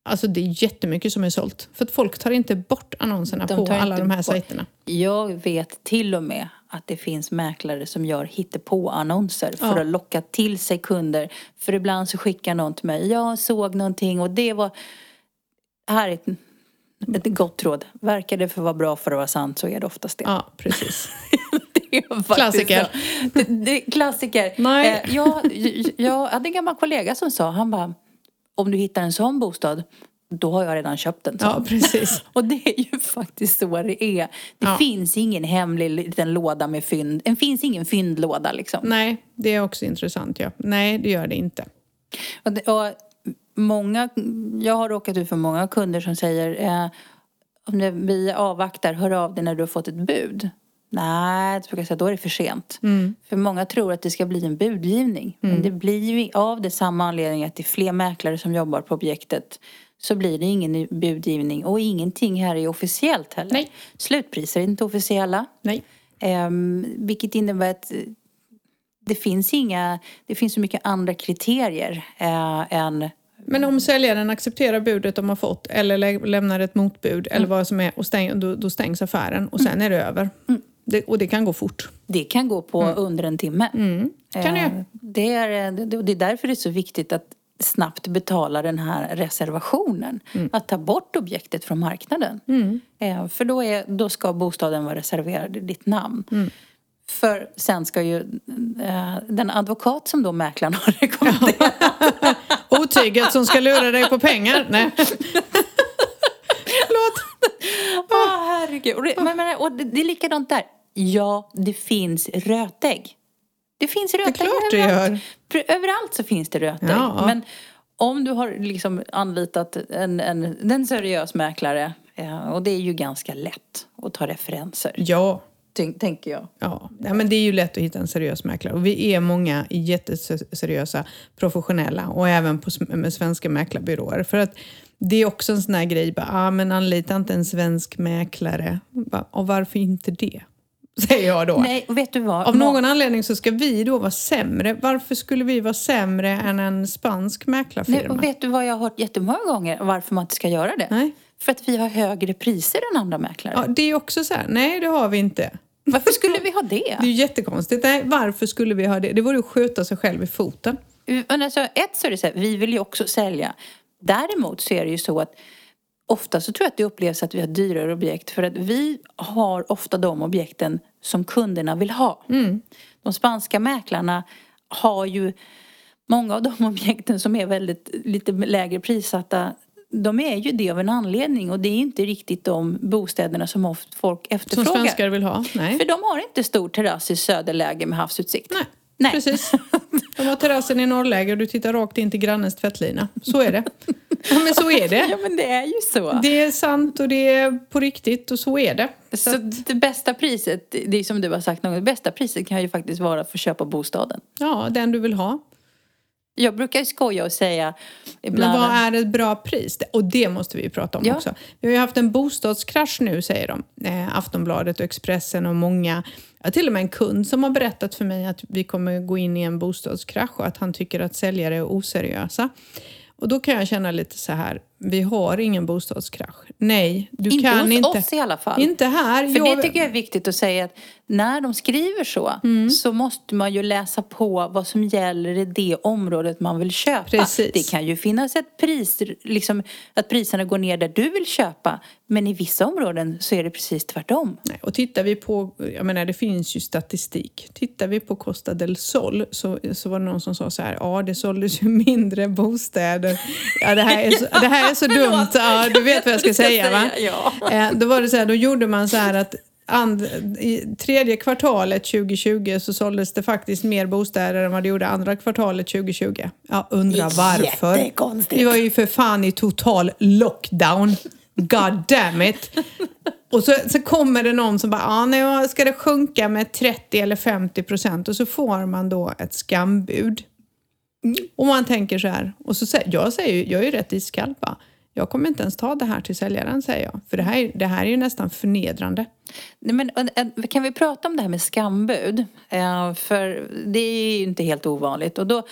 Alltså det är jättemycket som är sålt. För att folk tar inte bort annonserna de på alla de här bort. sajterna. Jag vet till och med att det finns mäklare som gör hittepå-annonser för ja. att locka till sig kunder. För ibland så skickar någon till mig, jag såg någonting och det var... Här är ett, ett gott råd. Verkar det för att vara bra för att vara sant så är det oftast det. Ja, precis. det är klassiker. Det, det, klassiker. Nej. Eh, jag, jag hade en gammal kollega som sa, han bara, om du hittar en sån bostad, då har jag redan köpt den. Ja, precis. Och det är ju faktiskt så det är. Det ja. finns ingen hemlig liten låda med fynd. Det finns ingen fyndlåda liksom. Nej, det är också intressant. Ja. Nej, det gör det inte. Och, det, och många, jag har råkat ut för många kunder som säger, eh, om det, vi avvaktar, hör av dig när du har fått ett bud. Nej, jag brukar säga, då är det för sent. Mm. För många tror att det ska bli en budgivning. Mm. Men det blir ju av det samma anledning att det är fler mäklare som jobbar på objektet. Så blir det ingen budgivning. Och ingenting här är officiellt heller. Nej. Slutpriser är inte officiella. Nej. Um, vilket innebär att det finns inga, det finns så mycket andra kriterier uh, än... Men om säljaren accepterar budet de har fått eller lä- lämnar ett motbud mm. eller vad som är och stäng, då, då stängs affären och sen mm. är det över. Mm. Det, och det kan gå fort. Det kan gå på mm. under en timme. Mm. Kan det? Uh, det, är, det, det är därför det är så viktigt att snabbt betala den här reservationen. Mm. Att ta bort objektet från marknaden. Mm. Uh, för då, är, då ska bostaden vara reserverad i ditt namn. Mm. För sen ska ju uh, den advokat som då mäklaren har rekommenderat. Ja. Otyget som ska lura dig på pengar. Nej. Förlåt. Åh, oh, herregud. Och det, men, men, och det, det är likadant där. Ja, det finns rötägg. Det finns rötägg. Det är klart det gör. Överallt så finns det rötägg. Ja. Men om du har liksom anlitat en, en, en seriös mäklare, och det är ju ganska lätt att ta referenser. Ja. Tänker jag. Ja, ja, men det är ju lätt att hitta en seriös mäklare. Och vi är många jätteseriösa, professionella och även på, med svenska mäklarbyråer. För att det är också en sån här grej. Ja, ah, men anlita inte en svensk mäklare. Och varför inte det? Säger jag då. Nej, vet du vad? Av någon anledning så ska vi då vara sämre. Varför skulle vi vara sämre än en spansk mäklarfirma? Nej, och vet du vad jag har hört jättemånga gånger varför man inte ska göra det? Nej. För att vi har högre priser än andra mäklare. Ja, det är också så här. Nej, det har vi inte. Varför skulle vi ha det? Det är ju jättekonstigt. Nej, varför skulle vi ha det? Det vore att skjuta sig själv i foten. Men alltså, ett så är det så här, vi vill ju också sälja. Däremot så är det ju så att ofta så tror jag att det upplevs att vi har dyrare objekt. För att vi har ofta de objekten som kunderna vill ha. Mm. De spanska mäklarna har ju många av de objekten som är väldigt lite lägre prissatta. De är ju det av en anledning och det är inte riktigt de bostäderna som ofta folk efterfrågar. Som svenskar vill ha, nej. För de har inte stor terrass i söderläge med havsutsikt. Nej, nej. Precis. De har terrassen i norrläge och du tittar rakt in till grannens tvättlina. Så är det. Ja, men så är det. Ja, men det är ju så. Det är sant och det är på riktigt och så är det. Så, så att... det bästa priset, det är som du har sagt någon gång, det bästa priset kan ju faktiskt vara att få köpa bostaden. Ja, den du vill ha. Jag brukar skoja och säga ibland... Men vad är ett bra pris? Och det måste vi ju prata om ja. också. Vi har ju haft en bostadskrasch nu, säger de. Eh, Aftonbladet och Expressen och många... Ja, till och med en kund som har berättat för mig att vi kommer gå in i en bostadskrasch och att han tycker att säljare är oseriösa. Och då kan jag känna lite så här, vi har ingen bostadskrasch. Nej, du inte kan hos inte. Oss i alla fall. Inte här. För jag... det tycker jag är viktigt att säga att när de skriver så mm. så måste man ju läsa på vad som gäller i det området man vill köpa. Precis. Det kan ju finnas ett pris, liksom att priserna går ner där du vill köpa. Men i vissa områden så är det precis tvärtom. Nej, och tittar vi på, jag menar det finns ju statistik. Tittar vi på Costa del Sol så, så var det någon som sa så här, ja det såldes ju mindre bostäder. Ja det här är så, det här är så dumt. Ja, du vet vad jag ska säga va? Ja. Eh, då var det så här, då gjorde man så här att and, i tredje kvartalet tjugo tjugo så såldes det faktiskt mer bostäder än vad det gjorde andra kvartalet tjugo tjugo. Ja, undrar varför. Jättekonstigt. Vi var ju för fan i total lockdown. God damn it. Och så, så kommer det någon som bara, ah, nej, ska det sjunka med trettio eller femtio procent och så får man då ett skambud. Mm. Och man tänker så här, och så säger jag, säger, jag är ju rätt iskall va? Jag kommer inte ens ta det här till säljaren, säger jag. För det här, det här är ju nästan förnedrande. Nej, men, kan vi prata om det här med skambud? För det är ju inte helt ovanligt. Och då,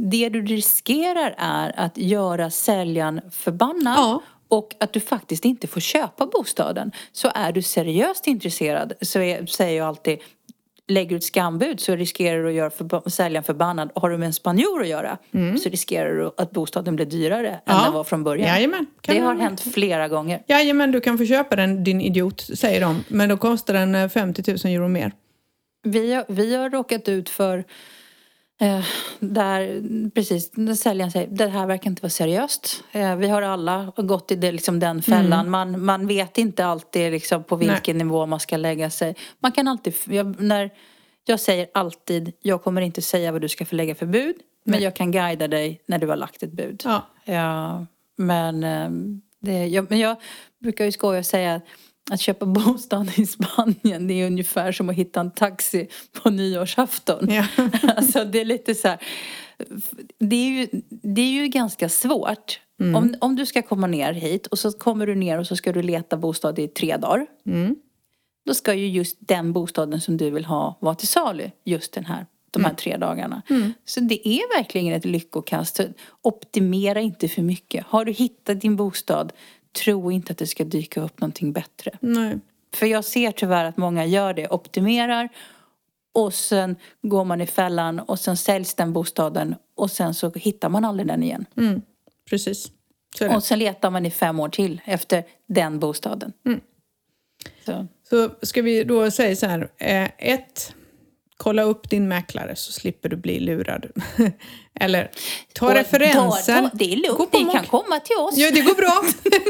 det du riskerar är att göra säljaren förbannad. Ja. Och att du faktiskt inte får köpa bostaden. Så är du seriöst intresserad så är, säger jag alltid, lägger du ett skambud så riskerar du att göra för, säljaren förbannad. Har du med en spanjor att göra mm. så riskerar du att bostaden blir dyrare ja. än den var från början. Jajamän. Det har hänt flera gånger. Jajamän, du kan få köpa den, din idiot, säger de. Men då kostar den femtio tusen euro mer. Vi har, vi har råkat ut för eh, där, precis, där säljaren säger det här verkar inte vara seriöst. Eh, vi har alla gått i det, liksom den fällan. Mm. Man, man vet inte alltid liksom, på vilken Nej. nivå man ska lägga sig. Man kan alltid, jag, när jag säger alltid, jag kommer inte säga vad du ska förlägga för bud. Nej. Men jag kan guida dig när du har lagt ett bud. Ja. Ja, men, eh, det, jag, men jag brukar ju skoja och säga att Att köpa bostad i Spanien, det är ungefär som att hitta en taxi på nyårsafton. Ja. Alltså det är lite så här, det är ju, det är ju ganska svårt. Mm. Om, om du ska komma ner hit och så kommer du ner och så ska du leta bostad i tre dagar. Mm. Då ska ju just den bostaden som du vill ha vara till salu just den här, de här mm. tre dagarna. Mm. Så det är verkligen ett lyckokast. Optimera inte för mycket. Har du hittat din bostad, tro inte att det ska dyka upp någonting bättre. Nej. För jag ser tyvärr att många gör det. Optimerar. Och sen går man i fällan. Och sen säljs den bostaden. Och sen så hittar man aldrig den igen. Mm. Precis. Och sen letar man i fem år till efter den bostaden. Mm. Så. så ska vi då säga så här. Eh, ett... Kolla upp din mäklare så slipper du bli lurad. Eller ta och referenser. Då, då, det är lugnt, det kan komma till oss. Ja, det går bra.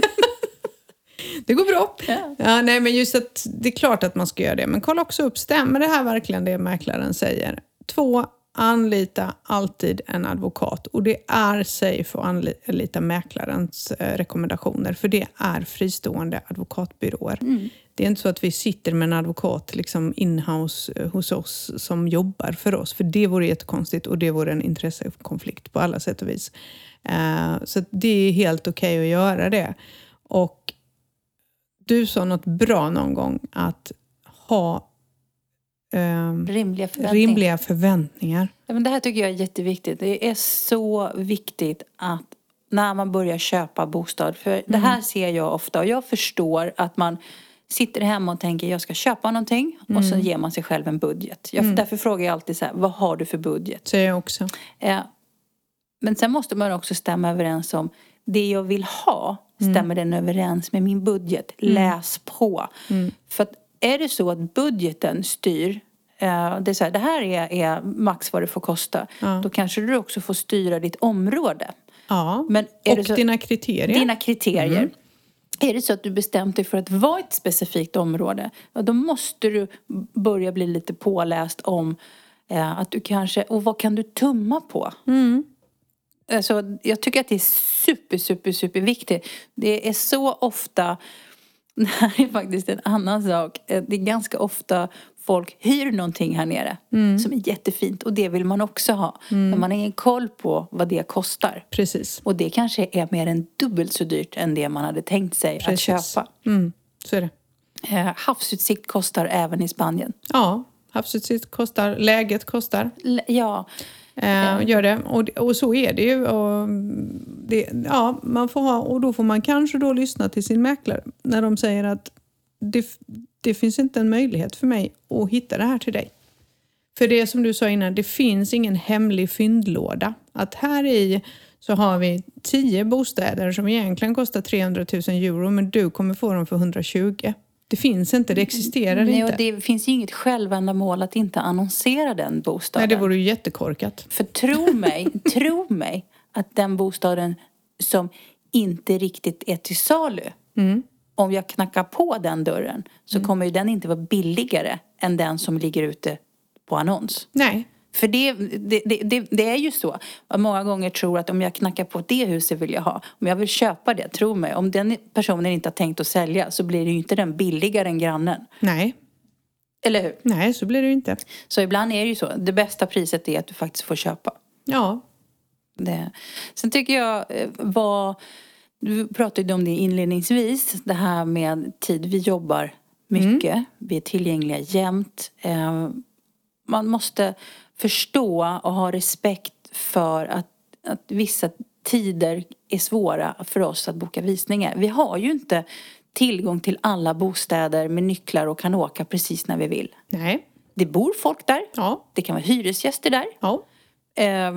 Det går bra. Ja. Ja, nej, men just att det är klart att man ska göra det. Men kolla också upp, stämmer det här verkligen det mäklaren säger? Två, anlita alltid en advokat. Och det är safe att anlita mäklarens eh, rekommendationer. För det är fristående advokatbyråer. Mm. Det är inte så att vi sitter med en advokat liksom in-house hos oss som jobbar för oss. För det vore jättekonstigt och det vore en intressekonflikt på alla sätt och vis. Uh, så det är helt okej okay att göra det. Och du sa något bra någon gång att ha um, rimliga förväntningar. Rimliga förväntningar. Ja, men det här tycker jag är jätteviktigt. Det är så viktigt att när man börjar köpa bostad. För mm. det här ser jag ofta och jag förstår att man sitter hemma och tänker jag ska köpa någonting mm. och så ger man sig själv en budget. Jag, mm. Därför frågar jag alltid så här, vad har du för budget? Så jag också. Eh, men sen måste man också stämma överens om det jag vill ha, stämmer mm. den överens med min budget? Mm. Läs på. Mm. För att är det så att budgeten styr, eh, det är så här, det här är, är max vad det får kosta. Ja. Då kanske du också får styra ditt område. Ja, men är och det så, dina kriterier. Dina kriterier. Mm. Är det så att du bestämt dig för att vara ett specifikt område, då måste du börja bli lite påläst om eh, att du kanske, och vad kan du tumma på? Mm. Alltså, jag tycker att det är super, super, super viktigt. Det är så ofta, det här är faktiskt en annan sak, det är ganska ofta folk hyr någonting här nere mm. som är jättefint och det vill man också ha. Mm. Men man har ingen koll på vad det kostar. Precis. Och det kanske är mer än dubbelt så dyrt än det man hade tänkt sig Precis. Att köpa. Mm. Så är det. Eh, havsutsikt kostar även i Spanien. Ja, havsutsikt kostar, läget kostar. L- ja. Eh, gör det. Och, och så är det ju. Och det, ja, man får ha, och då får man kanske då lyssna till sin mäklare när de säger att det, det finns inte en möjlighet för mig att hitta det här till dig. För det som du sa innan, det finns ingen hemlig fyndlåda. Att här i så har vi tio bostäder som egentligen kostar trehundratusen euro men du kommer få dem för hundratjugo. Det finns inte, det existerar Nej, inte. Och det finns ju inget självändamål att inte annonsera den bostaden. Nej, det vore ju jättekorkat. För tro mig, tro mig att den bostaden som inte riktigt är till salu, mm. om jag knackar på den dörren så mm. kommer ju den inte vara billigare än den som ligger ute på annons. Nej. För det, det, det, det är ju så. Jag många gånger tror att om jag knackar på det huset vill jag ha. Om jag vill köpa det, tro mig. Om den personen inte har tänkt att sälja så blir det ju inte den billigare än grannen. Nej. Eller hur? Nej, så blir det ju inte. Så ibland är det ju så. Det bästa priset är att du faktiskt får köpa. Ja. Det. Sen tycker jag vad... Du pratade om det inledningsvis. Det här med tid. Vi jobbar mycket. Mm. Vi är tillgängliga jämt. Man måste förstå och ha respekt för att, att vissa tider är svåra för oss att boka visningar. Vi har ju inte tillgång till alla bostäder med nycklar och kan åka precis när vi vill. Nej. Det bor folk där. Ja. Det kan vara hyresgäster där. Ja. Eh,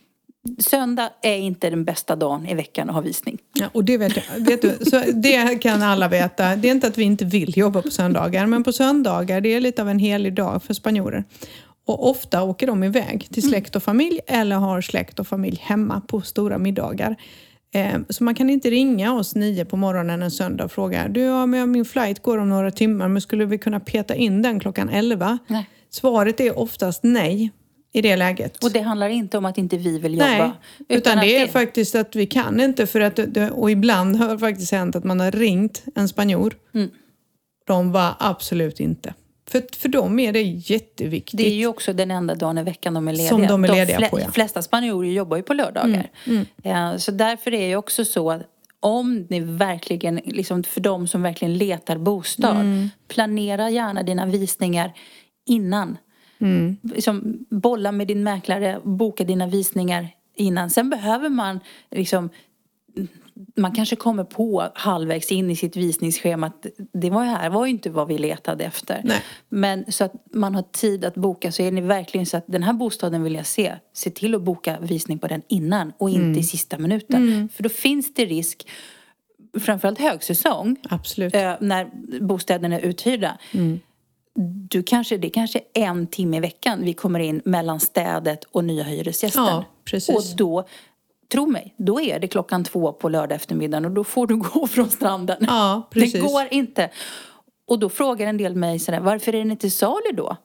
söndag är inte den bästa dagen i veckan att ha visning. Ja, och det vet jag. Vet du, så det kan alla veta. Det är inte att vi inte vill jobba på söndagar. Men på söndagar, det är lite av en helig dag för spanjorer. Och ofta åker de iväg till släkt och familj. Eller har släkt och familj hemma på stora middagar. Eh, så man kan inte ringa oss nio på morgonen en söndag och fråga. Du, ja, men min flight går om några timmar. Men skulle vi kunna peta in den klockan elva? Nej. Svaret är oftast nej. I det läget. Och det handlar inte om att inte vi vill jobba. Nej, utan, utan det är det... faktiskt att vi kan inte. För att det, och ibland har det faktiskt hänt att man har ringt en spanjor. Mm. De var absolut inte. För, för dem är det jätteviktigt. Det är ju också den enda dagen i veckan de är lediga. Som de är lediga de flä- på, ja. De flesta spanjorer jobbar ju på lördagar. Mm. Mm. Ja, så därför är det också så att om ni verkligen, liksom för de som verkligen letar bostad. Mm. Planera gärna dina visningar innan. Mm. Liksom, bolla med din mäklare, boka dina visningar innan. Sen behöver man liksom, man kanske kommer på halvvägs in i sitt visningsschema att det var här var ju inte vad vi letade efter. Nej. Men så att man har tid att boka, så är ni verkligen så att den här bostaden vill jag se. Se till att boka visning på den innan och inte mm. i sista minuten. Mm. För då finns det risk, framförallt högsäsong. Absolut. Äh, när bostäderna är uthyrda. Mm. Du kanske, det är kanske en timme i veckan vi kommer in mellan städet och nya hyresgästen. Ja, precis. Och då, tro mig, då är det klockan två på lördag eftermiddagen och då får du gå från stranden. Ja, precis. Det går inte. Och då frågar en del mig sådär, varför är den inte salu då?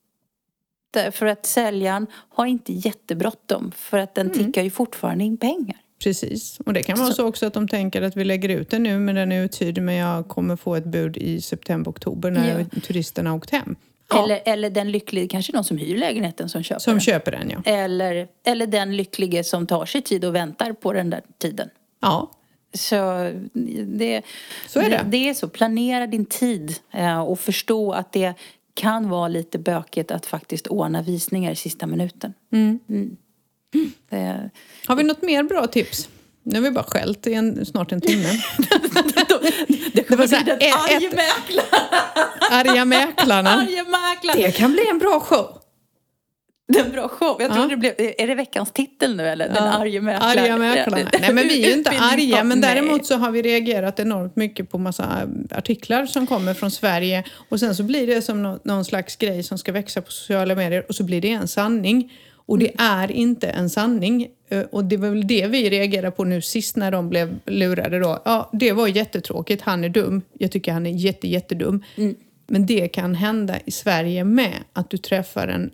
Därför att säljaren har inte jättebråttom, för att den tickar ju fortfarande in pengar. Precis, och det kan vara så. så också att de tänker att vi lägger ut den nu, men den är uthyrd, men jag kommer få ett bud i september-oktober när ja. turisterna har åkt hem. Ja. Eller, eller den lycklige, kanske någon som hyr lägenheten som köper som den. Som köper den, ja. Eller, eller den lycklige som tar sig tid och väntar på den där tiden. Ja. Så det, så är det. det, det är så, planera din tid och förstå att det kan vara lite bökigt att faktiskt ordna visningar i sista minuten. Mm. Mm. Det... Har vi något mer bra tips? Nu har vi bara skällt i en, snart en timme. det kommer bli den arga mäklaren. Arga mäklarna. Arga mäklaren. Det kan bli en bra show. Det är en bra show. Jag tror ja. det blev, är det veckans titel nu eller? Den ja. arga mäklaren. Arga mäklarna. Nej, men vi är ju inte arga. Men däremot så har vi reagerat enormt mycket på massa artiklar som kommer från Sverige. Och sen så blir det som någon, någon slags grej som ska växa på sociala medier. Och så blir det en sanning. Och det är inte en sanning. Och det var väl det vi reagerade på nu sist när de blev lurade då. Ja, det var jättetråkigt. Han är dum. Jag tycker han är jätte, jättedum. Mm. Men det kan hända i Sverige med att du träffar en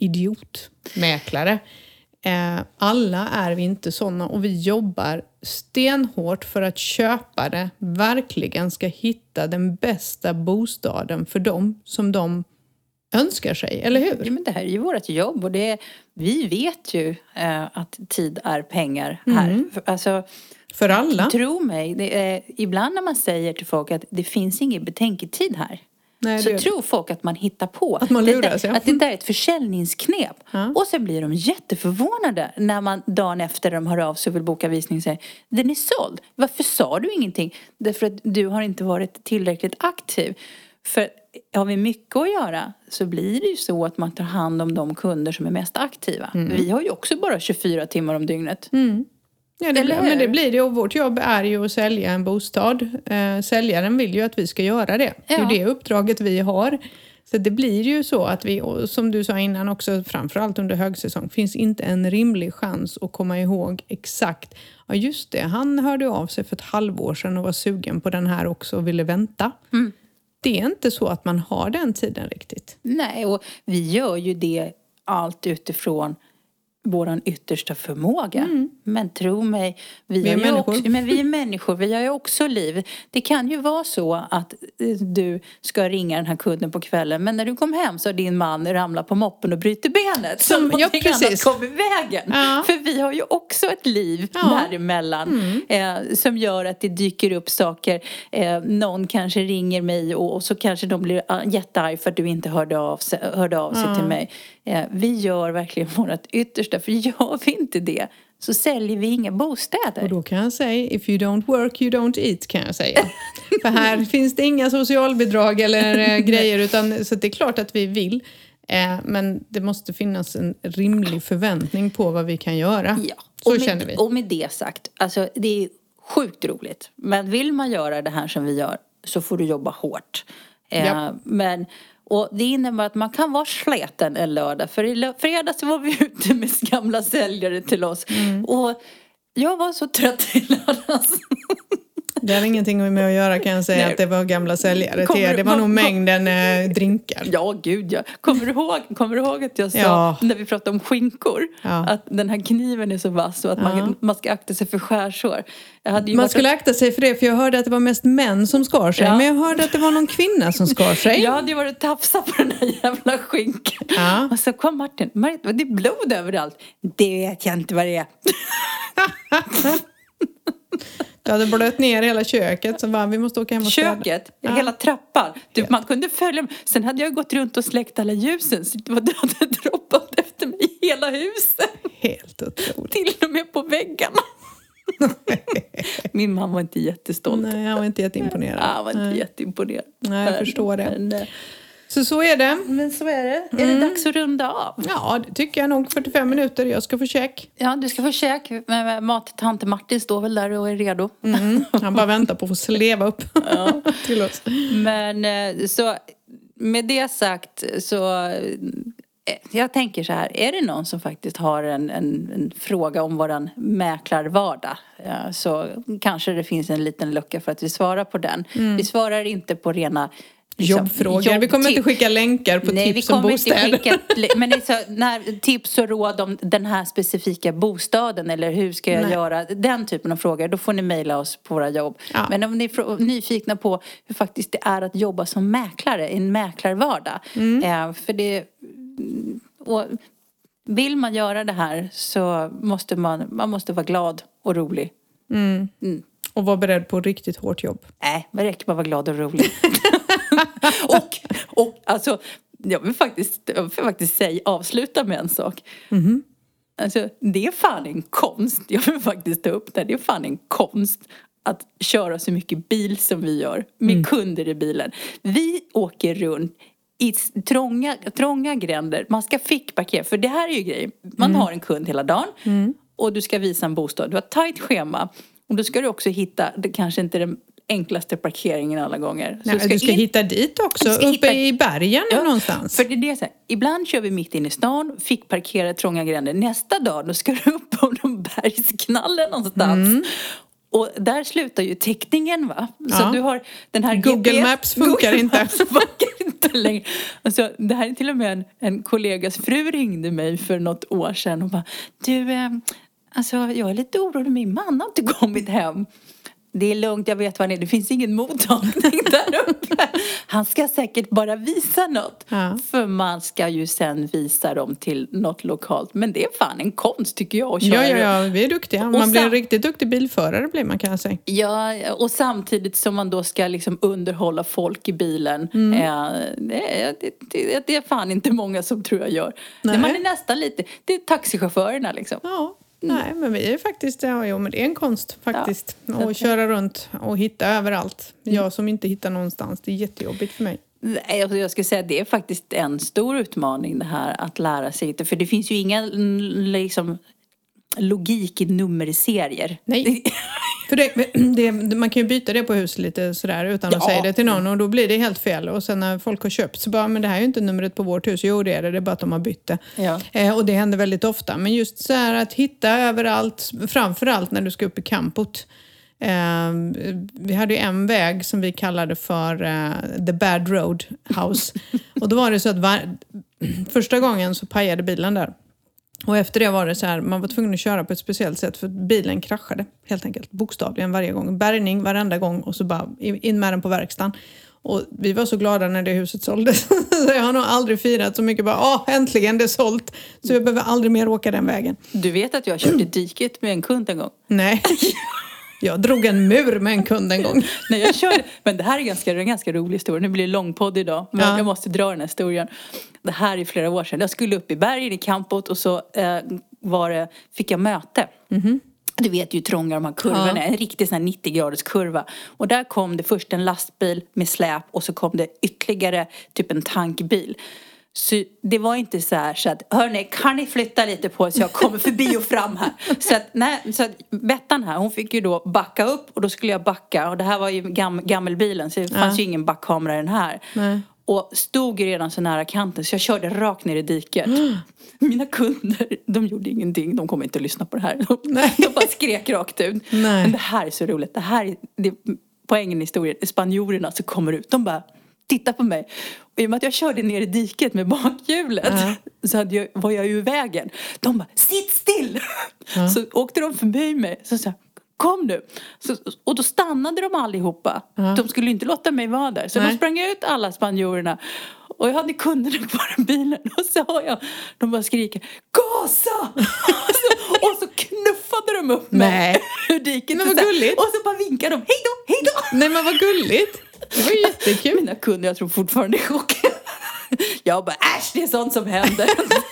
idiotmäklare. Eh, alla är vi inte sådana. Och vi jobbar stenhårt för att köpare verkligen ska hitta den bästa bostaden för dem som de önskar sig, eller hur? Ja, men det här är ju vårt jobb och det är, vi vet ju eh, att tid är pengar här. Mm. För, alltså, för alla. Tro mig, det är, ibland när man säger till folk att det finns ingen betänketid här. Nej, så tror folk att man hittar på. Att man luras, det, ja. Att det där är ett försäljningsknep. Ja. Och så blir de jätteförvånade när man dagen efter de hör av sig och vill boka visning säger den är såld. Varför sa du ingenting? Därför att du har inte varit tillräckligt aktiv. För har vi mycket att göra så blir det ju så att man tar hand om de kunder som är mest aktiva. Mm. Vi har ju också bara tjugofyra timmar om dygnet. Mm. Ja, det blir, men det blir det. Och vårt jobb är ju att sälja en bostad. Eh, säljaren vill ju att vi ska göra det. Ja. Det är det uppdraget vi har. Så det blir ju så att vi, som du sa innan också, framförallt under högsäsong, finns inte en rimlig chans att komma ihåg exakt. Ja just det, han hörde av sig för ett halvår sedan och var sugen på den här också och ville vänta. Mm. Det är inte så att man har den tiden riktigt. Nej, och vi gör ju det allt utifrån våran yttersta förmåga. Mm. Men tro mig, vi, vi är, är människor. Också, men vi är människor, vi har ju också liv. Det kan ju vara så att du ska ringa den här kunden på kvällen, men när du kom hem så har din man ramlat på moppen och bryter benet. Som, så ja, precis. Kom i vägen. Ja. För vi har ju också ett liv ja. däremellan mm. eh, som gör att det dyker upp saker. Eh, någon kanske ringer mig och, och så kanske de blir jättearg för att du inte hörde av sig, hörde av sig ja. till mig. Eh, vi gör verkligen vårt yttersta För gör vi inte det så säljer vi inga bostäder. Och då kan jag säga, if you don't work you don't eat, kan jag säga. För här finns det inga socialbidrag eller äh, grejer, utan så det är klart att vi vill. Äh, men det måste finnas en rimlig förväntning på vad vi kan göra. Ja. Så och med, känner vi. Och med det sagt, alltså det är sjukt roligt. Men vill man göra det här som vi gör så får du jobba hårt. Äh, men... Och det innebär att man kan vara sleten en lördag. För i fredags var vi ute med gamla säljare till oss. Mm. Och jag var så trött i lördags. Det hade ingenting med att göra, kan jag säga. Nej. Att det var gamla säljare till. Det var kom, nog mängden eh, drinkar. Ja, gud ja. Kommer du ihåg, kommer du ihåg att jag sa, ja. När vi pratade om skinkor, ja. Att den här kniven är så vass och att ja. man, man ska akta sig för skärsår. Man skulle akta sig för det, för jag hörde att det var mest män som skar sig. Ja. Men jag hörde att det var någon kvinna som skar sig. Jag hade ju varit tafsa på den här jävla skinkan. Ja. Och så kom Martin, Martin, det är blod överallt. Det vet jag inte vad det är. Du hade blött ner hela köket, så bara, vi måste åka hem och städa. Köket, ja. Hela trappan. Du, ja. Man kunde följa. Sen hade jag gått runt och släckt alla ljusen, så det hade droppat efter mig i hela huset. Helt otroligt. Till och med på väggarna. Min mamma var inte jättestolt. Nej, jag var inte jätteimponerad. Ja, jag var inte Nej. jätteimponerad. Nej, jag men, förstår det. Men, så så är det. Men så är det. Mm. Är det dags att runda av? Ja, det tycker jag nog. fyrtiofem minuter. Jag ska få käk. Ja, du ska få käk. Mattant Martin står väl där och är redo. Mm. Han bara väntar på att få sleva upp ja. till oss. Men så med det sagt så... Jag tänker så här, är det någon som faktiskt har en, en, en fråga om våran mäklarvardag, ja, så kanske det finns en liten lucka för att vi svarar på den. Mm. Vi svarar inte på rena liksom, jobbfrågor. Jobb, vi kommer inte skicka länkar på Nej, tips om bostäder. Inte skicka, men det är så, när, tips och råd om den här specifika bostaden eller hur ska jag Nej. göra, den typen av frågor, då får ni mejla oss på våra jobb. Ja. Men om ni är nyfikna på hur faktiskt det är att jobba som mäklare, en mäklarvardag. Mm. Eh, för det och vill man göra det här så måste man, man måste vara glad och rolig. Mm. Mm. Och vara beredd på riktigt hårt jobb. Nej, det räcker bara vara glad och rolig. och, och alltså, jag vill faktiskt, jag vill faktiskt säga, avsluta med en sak. Mm. Alltså, det är fan en konst. Jag vill faktiskt ta upp det. Det är fan en konst att köra så mycket bil som vi gör. Med mm. kunder i bilen. Vi åker runt i trånga, trånga gränder. Man ska fickparkera. För det här är ju grejen. Man mm. har en kund hela dagen. Mm. Och du ska visa en bostad. Du har ett tajt schema. Och då ska du också hitta, det kanske inte är den enklaste parkeringen alla gånger. Nej, så du ska, du ska in, hitta dit också. Uppe hitta, i bergen ja, någonstans. För det är det så här, ibland kör vi mitt in i stan. Fickparkera trånga gränder. Nästa dag då ska du upp på någon bergsknalle någonstans. Mm. Och där slutar ju täckningen, va? Så ja. du har den här Google G P S, Maps funkar Google inte. Maps funkar inte längre. Alltså, det här är till och med en, en kollegas fru ringde mig för något år sedan och bara, du, eh, alltså jag är lite orolig, min man har inte kommit hem. Det är lugnt, jag vet vad det är. Det finns ingen mottagning där uppe. Han ska säkert bara visa något. Ja. För man ska ju sen visa dem till något lokalt. Men det är fan en konst tycker jag att köra. Ja, ja, ja. Vi är duktiga. Man och blir sam- en riktigt duktig bilförare blir man, kan jag säga. Ja, och samtidigt som man då ska liksom underhålla folk i bilen. Mm. Eh, det, det, det är fan inte många som tror jag gör. Nej. Man är nästan lite, det är taxichaufförerna liksom. Ja. Mm. Nej, men vi är faktiskt, ja, jo, men det är en konst faktiskt. Ja, att köra runt och hitta överallt. Mm. Jag som inte hittar någonstans, det är jättejobbigt för mig. Nej, alltså jag skulle säga att det är faktiskt en stor utmaning det här att lära sig. För det finns ju inga liksom logik i nummerserier. Nej. För det, det, man kan ju byta det på hus lite sådär utan ja. att säga det till någon. Och då blir det helt fel. Och sen när folk har köpt så bara, men det här är ju inte numret på vårt hus. Jo, det är det. Det är bara att de har bytt det. Ja. Eh, och det händer väldigt ofta. Men just så här att hitta överallt, framförallt när du ska upp i campot. Eh, vi hade ju en väg som vi kallade för uh, The Bad Road House. Och då var det så att var, första gången så pajade bilen där. Och efter det var det så här, man var tvungen att köra på ett speciellt sätt för bilen kraschade helt enkelt, bokstavligen varje gång. Bärgning varenda gång och så bara in med den på verkstaden. Och vi var så glada när det huset såldes. Så jag har nog aldrig firat så mycket bara, åh äntligen det är sålt. Så jag behöver aldrig mer åka den vägen. Du vet att jag körde diket med en kund en gång? Nej. Jag drog en mur med en kund en gång. Nej, jag körde, men det här är ganska, en ganska rolig historia. Nu blir det långpodd idag. Men ja. jag måste dra den här historien. Det här är flera år sedan. Jag skulle upp i bergen i campot och så eh, var det, fick jag möte. Mm-hmm. Du vet ju hur trånga de här kurvorna är. Ja. En riktig sån här nittio graders kurva. Och där kom det först en lastbil med släp. Och så kom det ytterligare typ en tankbil. Så det var inte så här så att, hörni, kan ni flytta lite på så jag kommer förbi och fram här. Så att, nej, så att Bettan här, hon fick ju då backa upp. Och då skulle jag backa. Och det här var ju gam, gammelbilen. Så det fanns ja. ju ingen backkamera i den här. Nej. Och stod ju redan så nära kanten. Så jag körde rakt ner i diket. Mm. Mina kunder, de gjorde ingenting. De kommer inte att lyssna på det här. De, de bara skrek rakt ut. Nej. Men det här är så roligt. Det här är, det är poängen i historien. Spanjorerna så kommer ut. De bara, titta på mig. Och i och med att jag körde ner i diket med bakhjulet. Uh-huh. Så hade jag, var jag ju i vägen. De bara, sitt still! Uh-huh. Så åkte de förbi mig. Så sa kom nu. Så, och då stannade de allihopa. Uh-huh. De skulle inte låta mig vara där. Så Nej. de sprang ut alla spanjorerna. Och jag hade kunderna kvar i bilen. Och så hör jag, de bara skriker, gasa! och, så, och så knuffade de upp mig ur diket. Men vad gulligt. Och så bara vinkade de, hej då, hej då! Nej men vad gulligt. Det var jättekul. Mina kunder, jag tror fortfarande är chock. Jag bara, äsch, det är sånt som händer.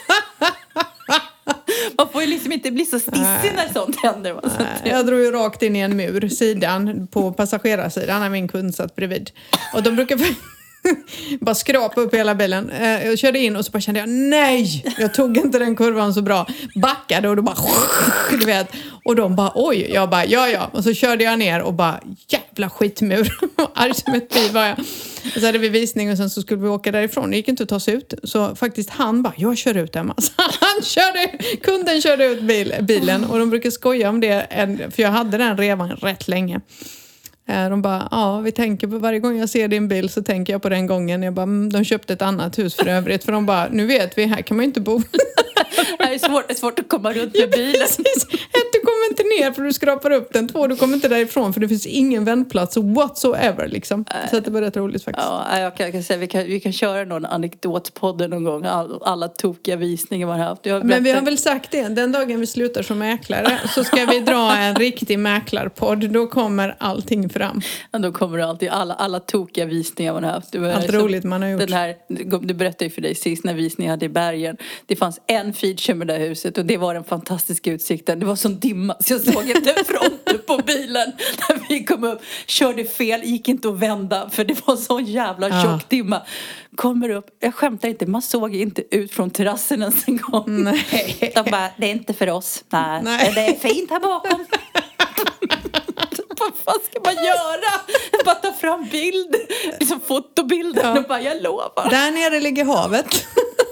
Man får ju liksom inte bli så stissig när sånt händer. Nej, jag drog ju rakt in i en mur, sidan, på passagerarsidan när min kund satt bredvid. Och de brukar bara skrapa upp hela bilen. Jag körde in och så bara kände jag, nej! Jag tog inte den kurvan så bra. Backade och då bara, du vet. Och de bara, oj. Jag bara, ja, ja. Och så körde jag ner och bara, jävla skitmur. Arg som ett bi var jag. Och så hade vi visning och sen så skulle vi åka därifrån. Det gick inte att ta sig ut. Så faktiskt han bara, jag kör ut Emma. Så han körde, kunden körde ut bil, bilen. Och de brukar skoja om det. För jag hade den revan rätt länge. De bara, ja, vi tänker på varje gång jag ser din bil så tänker jag på den gången. Jag bara, mm, de köpte ett annat hus för övrigt. För de bara, nu vet vi, här kan man inte bo. Det är svårt, det är svårt att komma runt med ja, bilen. Precis. Ett, du kommer inte ner för du skrapar upp den. Två, du kommer inte därifrån för det finns ingen vändplats whatsoever liksom. Äh. Så det var rätt roligt faktiskt. Ja, jag kan, jag kan säga, vi kan, vi kan köra någon anekdotspodden någon gång. All, alla tokiga visningar man har haft. Jag Men vi har väl sagt det, den dagen vi slutar som mäklare så ska vi dra en riktig mäklarpodd. Då kommer allting fram. Ja, då kommer det alltid alla, alla tokiga visningar man har haft. Det var Allt liksom, roligt man har gjort. Den här, du berättade ju för dig sist när visningen hade i Bergen. Det fanns en feature med det här huset och det var den fantastiska utsikten. Det var sån dimma så jag såg inte fronten på bilen när vi kom upp. Körde fel, gick inte att vända för det var sån jävla tjock ja. dimma. Kommer upp, jag skämtar inte, man såg inte ut från terrassen ens en gång. Nej. De bara, det är inte för oss. Nej, Nej. Det är fint här bakom. Vad fan ska man göra? Bara ta fram bild. Liksom fotobilder. Ja. Och bara, jag lovar. Där nere ligger havet.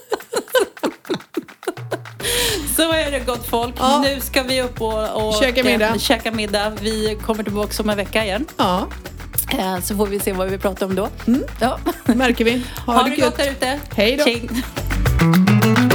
Så är det gott folk. Ja. Nu ska vi upp och, och käka middag. käka middag. Vi kommer tillbaka om en vecka igen. Ja. Så får vi se vad vi pratar om då. Mm. Ja. Märker vi. Ha, ha det gott där ute. Hej då. Tjing.